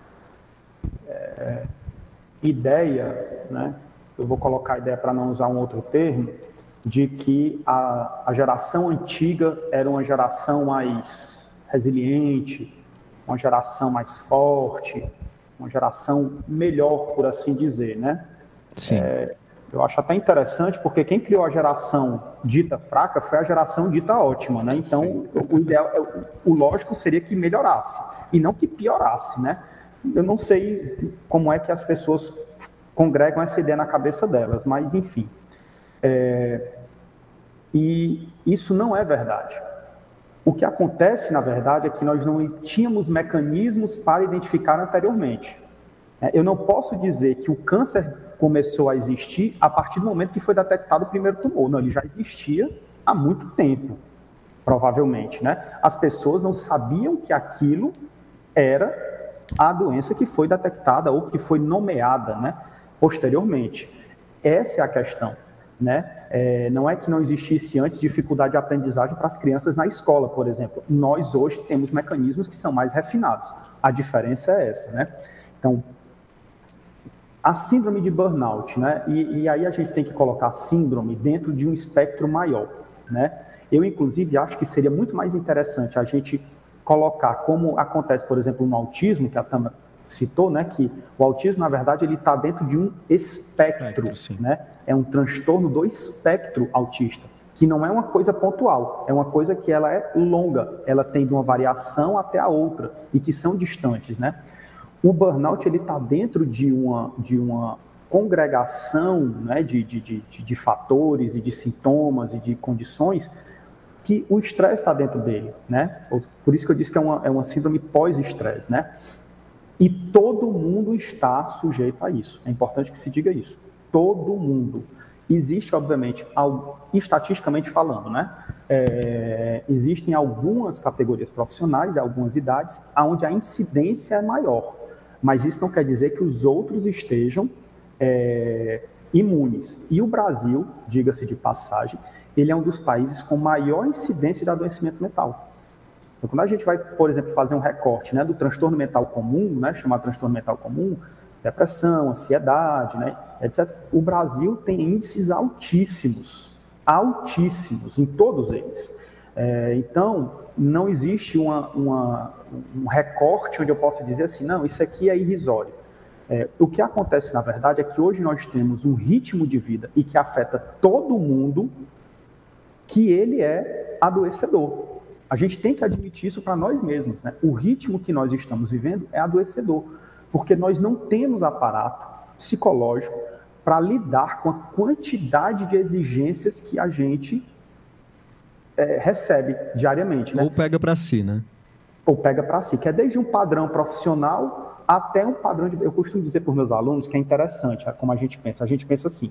ideia, né? Eu vou colocar a ideia para não usar um outro termo, de que a geração antiga era uma geração mais resiliente, uma geração mais forte, uma geração melhor, por assim dizer, né? Sim. Eu acho até interessante, porque quem criou a geração dita fraca foi a geração dita ótima, né? Então, o ideal, o lógico seria que melhorasse, e não que piorasse, né? Eu não sei como é que as pessoas congregam essa ideia na cabeça delas, mas, enfim. E isso não é verdade. O que acontece, na verdade, é que nós não tínhamos mecanismos para identificar anteriormente. Eu não posso dizer que o câncer começou a existir a partir do momento que foi detectado o primeiro tumor. Não, ele já existia há muito tempo, provavelmente, né? As pessoas não sabiam que aquilo era a doença que foi detectada ou que foi nomeada, né, posteriormente. Essa é a questão, né? Não é que não existisse antes dificuldade de aprendizagem para as crianças na escola, por exemplo. Nós hoje temos mecanismos que são mais refinados. A diferença é essa, né? Então, a síndrome de burnout, né? E aí a gente tem que colocar a síndrome dentro de um espectro maior, né? Eu, inclusive, acho que seria muito mais interessante a gente colocar como acontece, por exemplo, no autismo, que a Tâmara citou, né? Que o autismo, na verdade, ele está dentro de um espectro, né? É um transtorno do espectro autista, que não é uma coisa pontual, é uma coisa que ela é longa, ela tem de uma variação até a outra, e que são distantes, né? O burnout está dentro de uma congregação, né, de fatores e de sintomas e de condições que o estresse está dentro dele, né? Por isso que eu disse que é uma síndrome pós-estresse, né? E todo mundo está sujeito a isso. É importante que se diga isso. Todo mundo. Existe, obviamente, estatisticamente falando, né? Existem algumas categorias profissionais e algumas idades onde a incidência é maior. Mas isso não quer dizer que os outros estejam imunes. E o Brasil, diga-se de passagem, ele é um dos países com maior incidência de adoecimento mental. Então, quando a gente vai, por exemplo, fazer um recorte, né, do transtorno mental comum, né, chamado transtorno mental comum, depressão, ansiedade, né, etc., o Brasil tem índices altíssimos em todos eles. Então, não existe um recorte onde eu possa dizer assim, não, isso aqui é irrisório. O que acontece, na verdade, é que hoje nós temos um ritmo de vida e que afeta todo mundo, que ele é adoecedor. A gente tem que admitir isso para nós mesmos, né? O ritmo que nós estamos vivendo é adoecedor, porque nós não temos aparato psicológico para lidar com a quantidade de exigências que a gente recebe diariamente, né? Ou pega para si, né? Ou pega para si, que é desde um padrão profissional até um padrão de... Eu costumo dizer para os meus alunos que é interessante como a gente pensa. A gente pensa assim,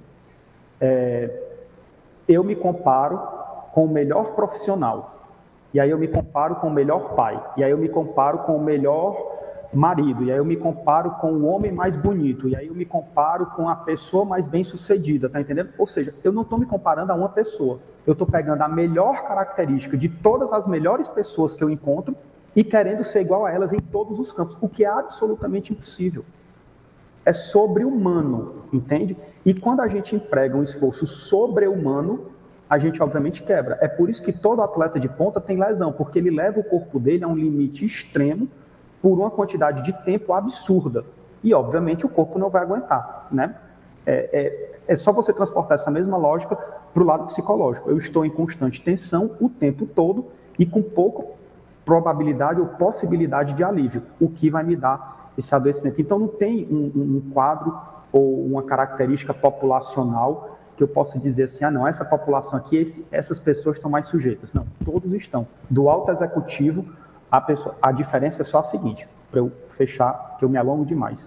eu me comparo com o melhor profissional, e aí eu me comparo com o melhor pai, e aí eu me comparo com o melhor marido, e aí eu me comparo com o homem mais bonito, e aí eu me comparo com a pessoa mais bem-sucedida, tá entendendo? Ou seja, eu não estou me comparando a uma pessoa, eu estou pegando a melhor característica de todas as melhores pessoas que eu encontro e querendo ser igual a elas em todos os campos, o que é absolutamente impossível. É sobre-humano, entende? E quando a gente emprega um esforço sobre-humano, a gente obviamente quebra. É por isso que todo atleta de ponta tem lesão, porque ele leva o corpo dele a um limite extremo por uma quantidade de tempo absurda. E, obviamente, o corpo não vai aguentar, né? É só você transportar essa mesma lógica para o lado psicológico. Eu estou em constante tensão o tempo todo e com pouca probabilidade ou possibilidade de alívio, o que vai me dar esse adoecimento. Então, não tem um quadro ou uma característica populacional que eu possa dizer assim, não, essa população aqui, essas pessoas estão mais sujeitas. Não, todos estão. Do alto executivo, a diferença é só a seguinte, para eu fechar, que eu me alongo demais.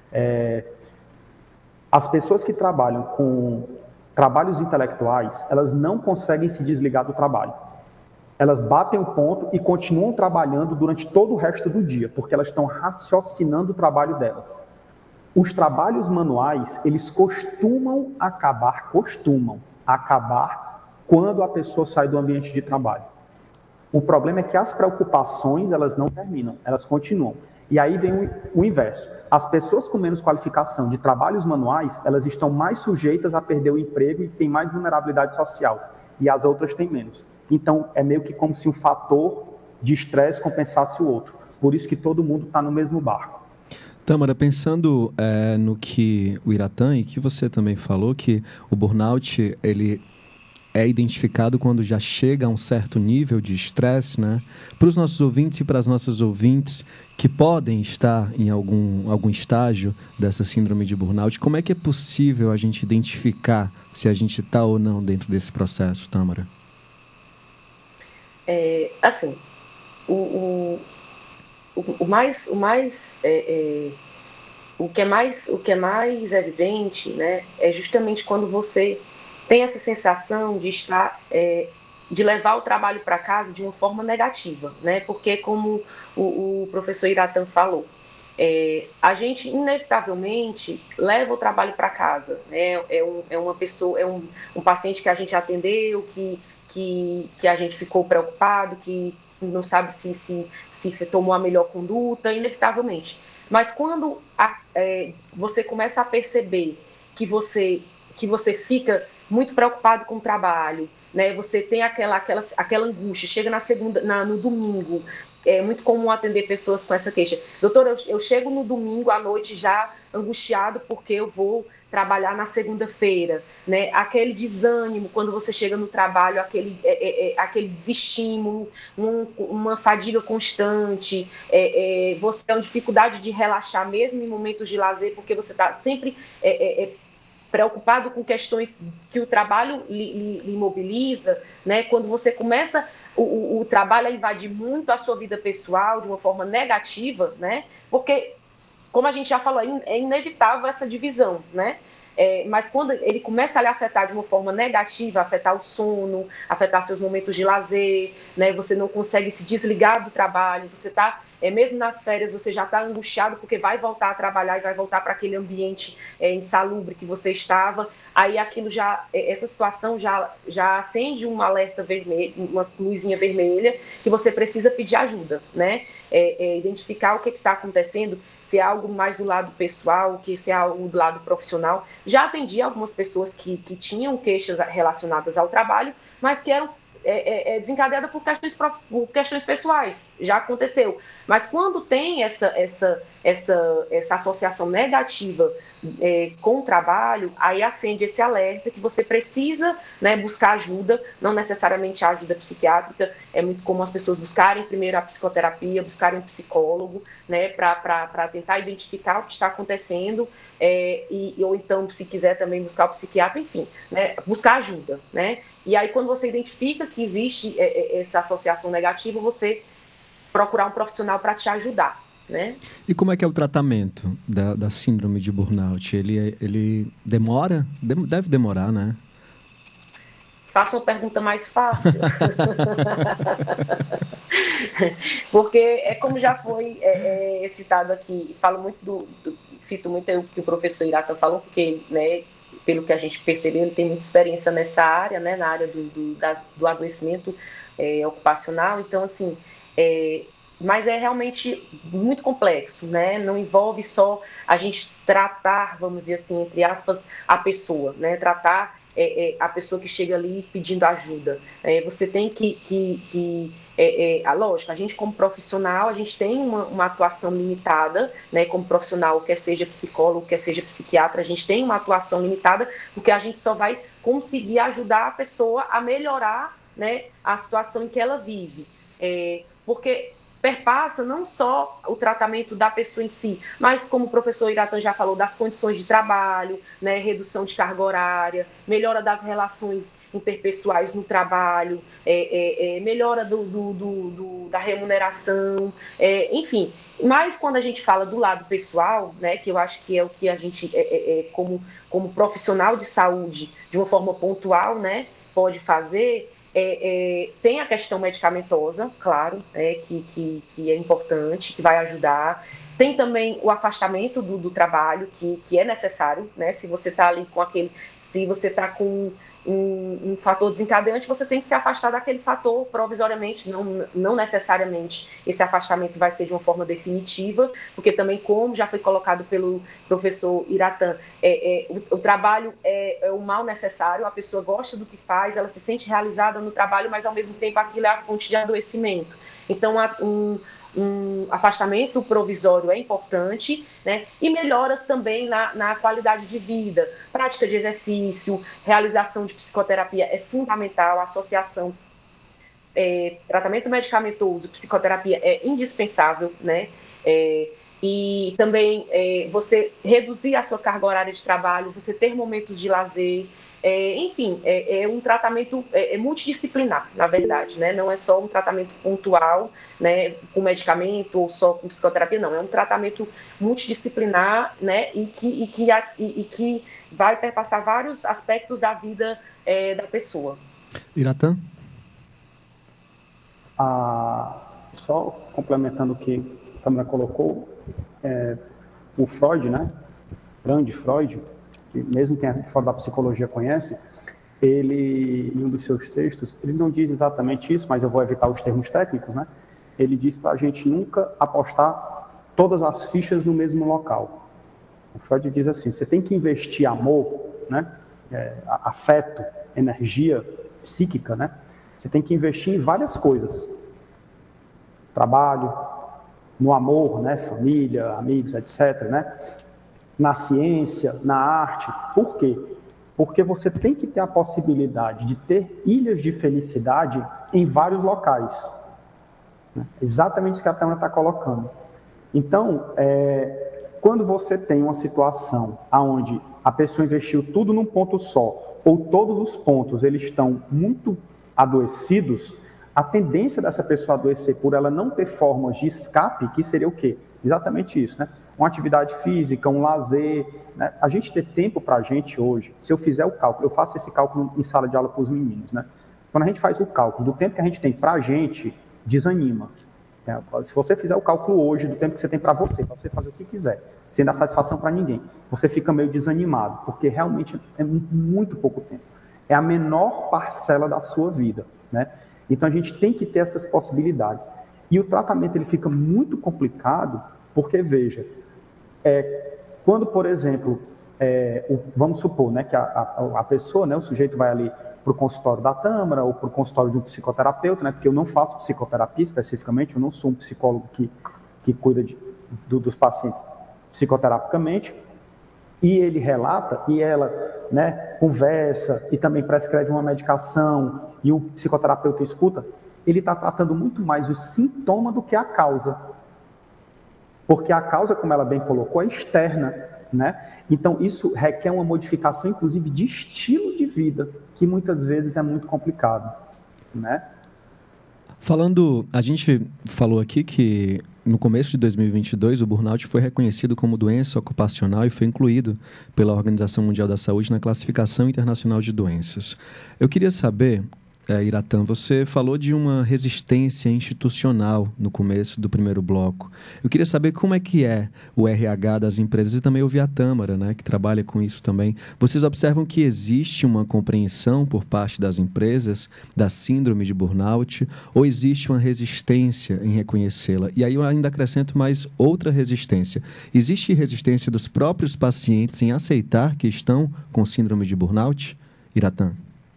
As pessoas que trabalham com trabalhos intelectuais, elas não conseguem se desligar do trabalho. Elas batem o ponto e continuam trabalhando durante todo o resto do dia, porque elas estão raciocinando o trabalho delas. Os trabalhos manuais, eles costumam acabar quando a pessoa sai do ambiente de trabalho. O problema é que as preocupações, elas não terminam, elas continuam. E aí vem o inverso. As pessoas com menos qualificação de trabalhos manuais, elas estão mais sujeitas a perder o emprego e têm mais vulnerabilidade social. E as outras têm menos. Então, é meio que como se um fator de estresse compensasse o outro. Por isso que todo mundo está no mesmo barco. Tâmara, pensando no que o Iratã e que você também falou, que o burnout, ele é identificado quando já chega a um certo nível de estresse, né? Para os nossos ouvintes e para as nossas ouvintes que podem estar em algum estágio dessa síndrome de burnout, como é que é possível a gente identificar se a gente está ou não dentro desse processo, Tâmara? Assim, o que é mais evidente, né, é justamente quando você tem essa sensação de estar, de levar o trabalho para casa de uma forma negativa, né? Porque como o professor Iratã falou, a gente inevitavelmente leva o trabalho para casa, né? Uma pessoa, um paciente que a gente atendeu, que a gente ficou preocupado, que não sabe se tomou a melhor conduta, inevitavelmente. Mas quando você começa a perceber que você fica muito preocupado com o trabalho, né? Você tem aquela angústia, chega no domingo, é muito comum atender pessoas com essa queixa. Doutor, eu chego no domingo à noite já angustiado porque eu vou trabalhar na segunda-feira, né? Aquele desânimo quando você chega no trabalho, aquele desestímulo, uma fadiga constante, você tem uma dificuldade de relaxar mesmo em momentos de lazer, porque você está sempre preocupado com questões que o trabalho lhe mobiliza, né? Quando você começa o trabalho a invadir muito a sua vida pessoal de uma forma negativa, né? Porque, como a gente já falou, é inevitável essa divisão, né? Mas quando ele começa a lhe afetar de uma forma negativa, afetar o sono, afetar seus momentos de lazer, né? Você não consegue se desligar do trabalho, você está, mesmo nas férias, você já está angustiado porque vai voltar a trabalhar e vai voltar para aquele ambiente insalubre que você estava, aí aquilo essa situação já acende um alerta vermelho, uma luzinha vermelha, que você precisa pedir ajuda, né? Identificar o que está acontecendo, se é algo mais do lado pessoal, se é algo do lado profissional. Já atendi algumas pessoas que tinham queixas relacionadas ao trabalho, mas que eram desencadeada por questões pessoais, já aconteceu. Mas quando tem essa associação negativa com o trabalho, aí acende esse alerta que você precisa, né, buscar ajuda, não necessariamente a ajuda psiquiátrica, é muito comum as pessoas buscarem primeiro a psicoterapia, buscarem um psicólogo, né, para tentar identificar o que está acontecendo, ou então, se quiser também buscar o psiquiatra, enfim, né, buscar ajuda, né? E aí, quando você identifica que existe essa associação negativa, você procurar um profissional para te ajudar, né? E como é que é o tratamento da síndrome de burnout? Ele demora? Deve demorar, né? Faça uma pergunta mais fácil. Porque como já foi citado aqui, cito muito o que o professor Iratã falou, porque, né, pelo que a gente percebeu, ele tem muita experiência nessa área, né, na área do adoecimento ocupacional. Então, assim, mas é realmente muito complexo, né? Não envolve só a gente tratar, vamos dizer assim, entre aspas, a pessoa, né? Tratar a pessoa que chega ali pedindo ajuda. Você tem lógico, a gente como profissional, a gente tem uma atuação limitada, né, como profissional, quer seja psicólogo, quer seja psiquiatra, a gente tem uma atuação limitada, porque a gente só vai conseguir ajudar a pessoa a melhorar, né, a situação em que ela vive. Porque perpassa não só o tratamento da pessoa em si, mas, como o professor Iratã já falou, das condições de trabalho, né, redução de carga horária, melhora das relações interpessoais no trabalho, melhora da remuneração, enfim. Mas quando a gente fala do lado pessoal, né, que eu acho que é o que a gente, como profissional de saúde, de uma forma pontual, né, pode fazer. Tem a questão medicamentosa, claro, que é importante, que vai ajudar. Tem também o afastamento do trabalho, que é necessário, né? Se você está ali se você está com um fator desencadeante, você tem que se afastar daquele fator provisoriamente, não necessariamente esse afastamento vai ser de uma forma definitiva, porque também, como já foi colocado pelo professor Iratã, o trabalho é o mal necessário, a pessoa gosta do que faz, ela se sente realizada no trabalho, mas ao mesmo tempo aquilo é a fonte de adoecimento. Então, um afastamento provisório é importante, né? E melhoras também na qualidade de vida, prática de exercício, realização de psicoterapia é fundamental, a associação tratamento medicamentoso, psicoterapia é indispensável, né? E também você reduzir a sua carga horária de trabalho, você ter momentos de lazer, enfim, é um tratamento multidisciplinar, na verdade, né? Não é só um tratamento pontual, né, com medicamento ou só com psicoterapia, não. É um tratamento multidisciplinar, né, e que vai perpassar vários aspectos da vida da pessoa. Iratã? Só complementando o que a Tamara colocou, o Freud, né, grande Freud, que mesmo quem é fora da psicologia conhece, ele, em um dos seus textos, ele não diz exatamente isso, mas eu vou evitar os termos técnicos, né? Ele diz para a gente nunca apostar todas as fichas no mesmo local. O Freud diz assim, você tem que investir amor, né? Afeto, energia psíquica, né? Você tem que investir em várias coisas. Trabalho, no amor, né? Família, amigos, etc., né? Na ciência, na arte. Por quê? Porque você tem que ter a possibilidade de ter ilhas de felicidade em vários locais. Exatamente isso que a Tamara está colocando. Então, quando você tem uma situação onde a pessoa investiu tudo num ponto só, ou todos os pontos eles estão muito adoecidos, a tendência dessa pessoa adoecer por ela não ter formas de escape, que seria o quê? Exatamente isso, né? Uma atividade física, um lazer, né? A gente ter tempo para a gente hoje, se eu fizer o cálculo, eu faço esse cálculo em sala de aula para os meninos, né? Quando a gente faz o cálculo do tempo que a gente tem para a gente, desanima. Se você fizer o cálculo hoje do tempo que você tem para você fazer o que quiser, sem dar satisfação para ninguém, você fica meio desanimado, porque realmente é muito pouco tempo. É a menor parcela da sua vida, né? Então a gente tem que ter essas possibilidades. E o tratamento ele fica muito complicado, porque, veja, quando, por exemplo, vamos supor, né, que a pessoa, né, o sujeito vai ali para o consultório da Tamara ou para o consultório de um psicoterapeuta, né, porque eu não faço psicoterapia especificamente, eu não sou um psicólogo que cuida dos pacientes psicoterapicamente, e ele relata, e ela, né, conversa e também prescreve uma medicação, e o psicoterapeuta escuta, ele está tratando muito mais o sintoma do que a causa. Porque a causa, como ela bem colocou, é externa, né? Então, isso requer uma modificação, inclusive, de estilo de vida, que muitas vezes é muito complicado, né? A gente falou aqui que no começo de 2022 o burnout foi reconhecido como doença ocupacional e foi incluído pela Organização Mundial da Saúde na Classificação Internacional de Doenças. Eu queria saber, Iratã, você falou de uma resistência institucional no começo do primeiro bloco. Eu queria saber como é que é o RH das empresas e também ouvir a Tamara, né, que trabalha com isso também. Vocês observam que existe uma compreensão por parte das empresas da síndrome de burnout ou existe uma resistência em reconhecê-la? E aí eu ainda acrescento mais outra resistência. Existe resistência dos próprios pacientes em aceitar que estão com síndrome de burnout? Iratã.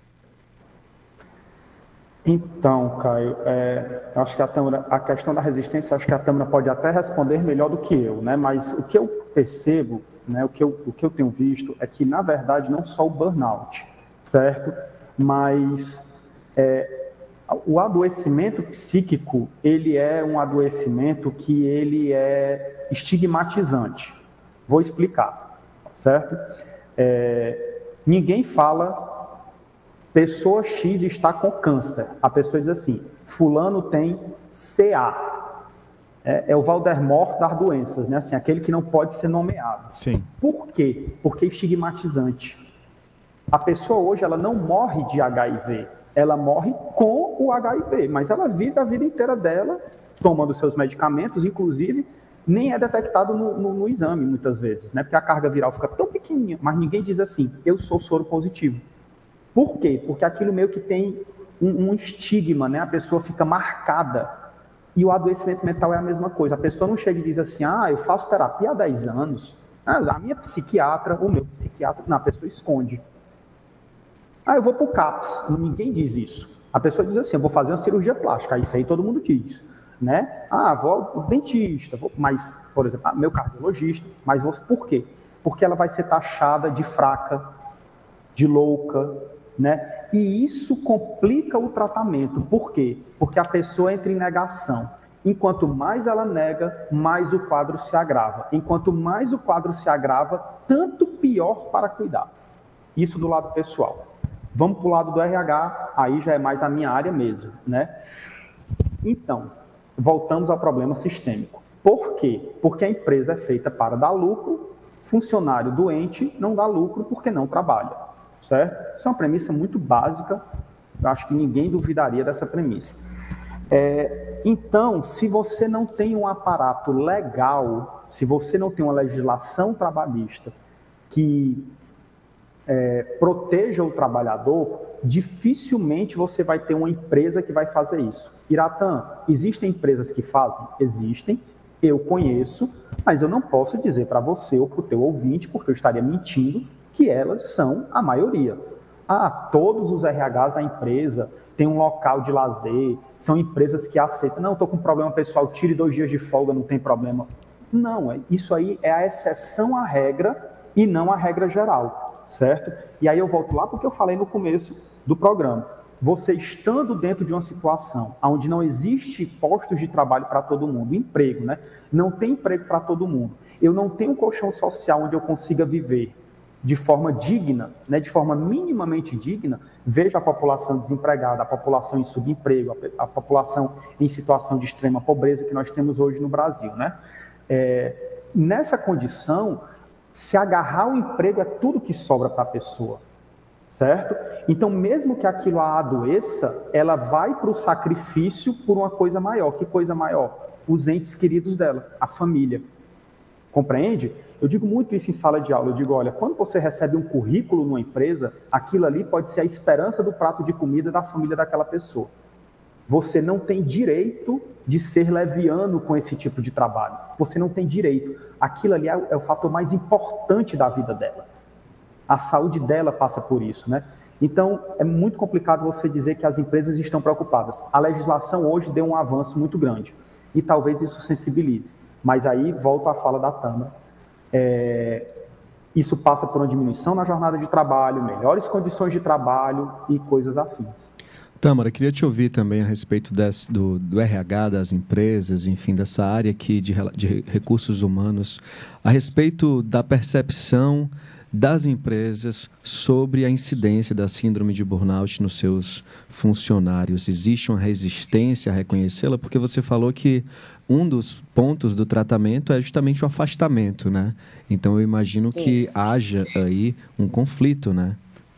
Então, Caio, eu acho que a questão da resistência, acho que a Tâmara pode até responder melhor do que eu, né? Mas o que eu percebo, né, o que eu tenho visto é que, na verdade, não só o burnout, certo? Mas o adoecimento psíquico, ele é um adoecimento que ele é estigmatizante. Vou explicar, certo? Ninguém fala pessoa X está com câncer. A pessoa diz assim, fulano tem CA. É o Voldemort das doenças, né? Assim, aquele que não pode ser nomeado. Sim. Por quê? Porque é estigmatizante. A pessoa hoje, ela não morre de HIV, ela morre com o HIV, mas ela vive a vida inteira dela, tomando seus medicamentos, inclusive, nem é detectado no exame, muitas vezes, né? Porque a carga viral fica tão pequenininha, mas ninguém diz assim, eu sou soro positivo. Por quê? Porque aquilo meio que tem um estigma, né? A pessoa fica marcada. E o adoecimento mental é a mesma coisa. A pessoa não chega e diz assim, eu faço terapia há 10 anos, a minha psiquiatra, o meu psiquiatra, não, a pessoa esconde. Eu vou para o CAPS, ninguém diz isso. A pessoa diz assim, eu vou fazer uma cirurgia plástica, isso aí todo mundo diz, né? Vou ao dentista, mas, por exemplo, meu cardiologista, mas por quê? Porque ela vai ser taxada de fraca, de louca, né? E isso complica o tratamento. Por quê? Porque a pessoa entra em negação. Enquanto mais ela nega, mais o quadro se agrava. Enquanto mais o quadro se agrava, tanto pior para cuidar. Isso do lado pessoal. Vamos para o lado do RH, aí já é mais a minha área mesmo, né? Então, voltamos ao problema sistêmico. Por quê? Porque a empresa é feita para dar lucro, funcionário doente não dá lucro porque não trabalha. Certo? Isso é uma premissa muito básica, eu acho que ninguém duvidaria dessa premissa. Então, se você não tem um aparato legal, se você não tem uma legislação trabalhista que proteja o trabalhador, dificilmente você vai ter uma empresa que vai fazer isso. Iratã, existem empresas que fazem? Existem, eu conheço, mas eu não posso dizer para você ou para o teu ouvinte, porque eu estaria mentindo, que elas são a maioria. Todos os RHs da empresa têm um local de lazer, são empresas que aceitam. Não, estou com um problema pessoal, tire 2 dias de folga, não tem problema. Não, isso aí é a exceção à regra e não a regra geral, certo? E aí eu volto lá porque eu falei no começo do programa. Você estando dentro de uma situação onde não existe postos de trabalho para todo mundo, emprego, né? Não tem emprego para todo mundo. Eu não tenho um colchão social onde eu consiga viver de forma digna, né, de forma minimamente digna, veja a população desempregada, a população em subemprego, a população em situação de extrema pobreza que nós temos hoje no Brasil, né? Nessa condição, se agarrar ao emprego é tudo que sobra para a pessoa, certo? Então, mesmo que aquilo a adoeça, ela vai para o sacrifício por uma coisa maior. Que coisa maior? Os entes queridos dela, a família. Compreende? Eu digo muito isso em sala de aula, eu digo, olha, quando você recebe um currículo numa empresa, aquilo ali pode ser a esperança do prato de comida da família daquela pessoa. Você não tem direito de ser leviano com esse tipo de trabalho. Você não tem direito. Aquilo ali é o fator mais importante da vida dela. A saúde dela passa por isso, né? Então, é muito complicado você dizer que as empresas estão preocupadas. A legislação hoje deu um avanço muito grande e talvez isso sensibilize. Mas aí, volto à fala da Tâmara, isso passa por uma diminuição na jornada de trabalho, melhores condições de trabalho e coisas afins. Tâmara, queria te ouvir também a respeito do RH, das empresas, enfim, dessa área aqui de recursos humanos, a respeito da percepção das empresas sobre a incidência da síndrome de burnout nos seus funcionários. Existe uma resistência a reconhecê-la? Porque você falou que um dos pontos do tratamento é justamente o afastamento, né? Então, eu imagino que haja aí um conflito, né?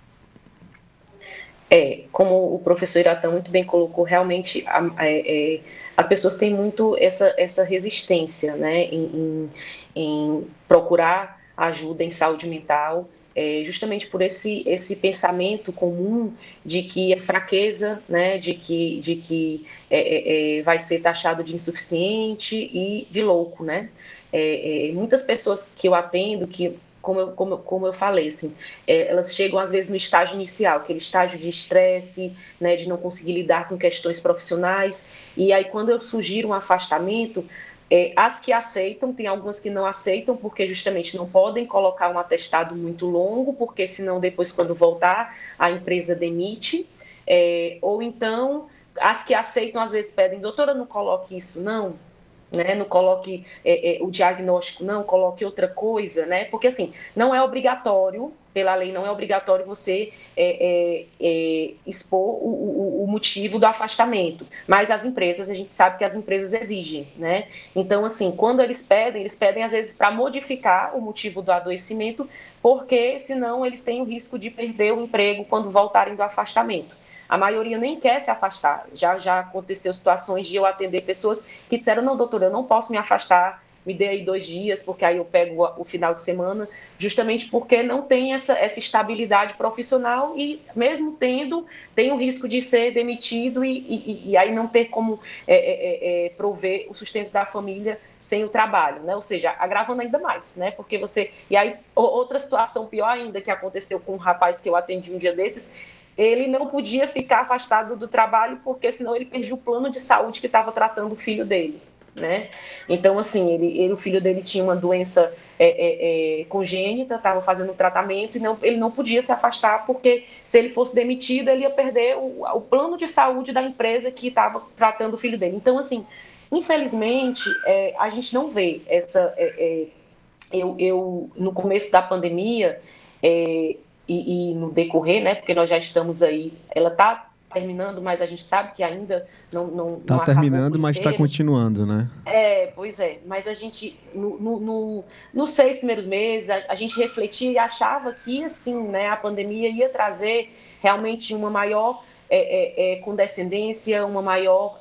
Como o professor Iratã muito bem colocou, realmente as pessoas têm muito essa resistência, né, em procurar ajuda em saúde mental, justamente por esse pensamento comum de que é fraqueza, né, de que vai ser taxado de insuficiente e de louco, né? Muitas pessoas que eu atendo, que como eu falei, assim, elas chegam às vezes no estágio inicial, aquele estágio de estresse, né, de não conseguir lidar com questões profissionais, e aí quando eu sugiro um afastamento, as que aceitam, tem algumas que não aceitam, porque justamente não podem colocar um atestado muito longo, porque senão depois quando voltar a empresa demite, ou então as que aceitam às vezes pedem, doutora, não coloque isso não, né? Não coloque o diagnóstico, não, coloque outra coisa, né? Porque assim, não é obrigatório, pela lei não é obrigatório você expor o motivo do afastamento, mas as empresas, a gente sabe que as empresas exigem, né? Então assim, quando eles pedem às vezes para modificar o motivo do adoecimento, porque senão eles têm o risco de perder o emprego quando voltarem do afastamento. A maioria nem quer se afastar. Já aconteceu situações de eu atender pessoas que disseram, não, doutora, eu não posso me afastar, me dê aí 2 dias, porque aí eu pego o final de semana, justamente porque não tem essa estabilidade profissional e mesmo tendo, tem o risco de ser demitido e aí não ter como prover o sustento da família sem o trabalho, né? Ou seja, agravando ainda mais, né? Porque você... E aí, outra situação pior ainda que aconteceu com um rapaz que eu atendi um dia desses, ele não podia ficar afastado do trabalho porque senão ele perdia o plano de saúde que estava tratando o filho dele, né? Então, assim, o filho dele tinha uma doença congênita, estava fazendo tratamento e ele não podia se afastar porque se ele fosse demitido, ele ia perder o plano de saúde da empresa que estava tratando o filho dele. Então, assim, infelizmente, a gente não vê essa... no começo da pandemia... E no decorrer, né, porque nós já estamos aí, ela está terminando, mas a gente sabe que ainda não está terminando, mas está continuando, né? Pois é, mas a gente, nos 6 primeiros meses, a gente refletia e achava que, assim, né, a pandemia ia trazer realmente uma maior condescendência, uma maior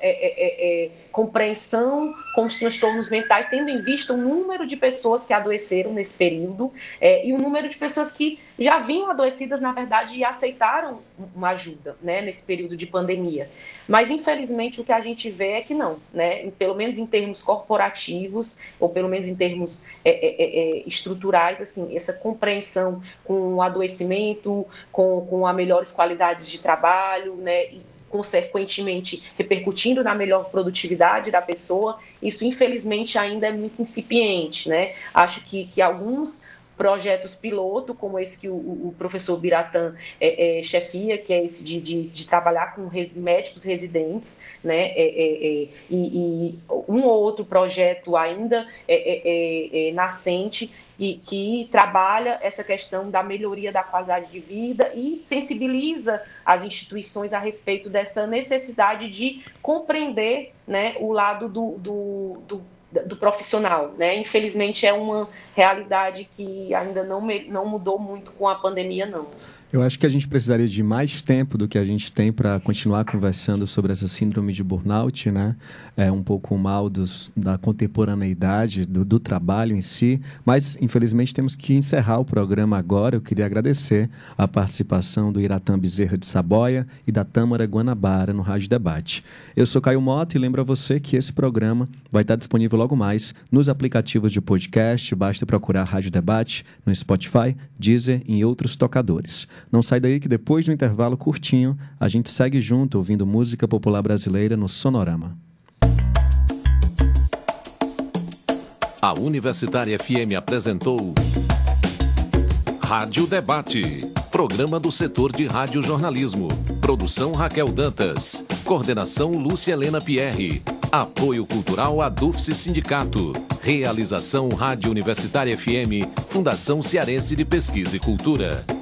compreensão com os transtornos mentais, tendo em vista o número de pessoas que adoeceram nesse período e o número de pessoas que já vinham adoecidas, na verdade, e aceitaram uma ajuda, né, nesse período de pandemia. Mas, infelizmente, o que a gente vê é que não, né, pelo menos em termos corporativos, ou pelo menos em termos estruturais, assim, essa compreensão com o adoecimento, com as melhores qualidades de trabalho, né, e consequentemente repercutindo na melhor produtividade da pessoa, isso infelizmente ainda é muito incipiente, né? Acho que alguns projetos piloto, como esse que o professor Biratã chefia, que é esse de trabalhar com médicos residentes, né? E um ou outro projeto ainda nascente, que trabalha essa questão da melhoria da qualidade de vida e sensibiliza as instituições a respeito dessa necessidade de compreender, né, o lado do profissional, né? Infelizmente é uma realidade que ainda não mudou muito com a pandemia, não. Eu acho que a gente precisaria de mais tempo do que a gente tem para continuar conversando sobre essa síndrome de burnout, né? É um pouco o mal da contemporaneidade, do trabalho em si, mas infelizmente temos que encerrar o programa agora. Eu queria agradecer a participação do Iratã Bezerra de Saboia e da Tâmara Guanabara no Rádio Debate. Eu sou Caio Mota e lembro a você que esse programa vai estar disponível logo mais nos aplicativos de podcast, basta procurar Rádio Debate no Spotify, Deezer e em outros tocadores. Não sai daí que depois do intervalo curtinho, a gente segue junto ouvindo música popular brasileira no Sonorama. A Universitária FM apresentou Rádio Debate, programa do setor de radiojornalismo. Produção Raquel Dantas, coordenação Lúcia Helena Pierre, apoio cultural Adufse Sindicato, realização Rádio Universitária FM, Fundação Cearense de Pesquisa e Cultura.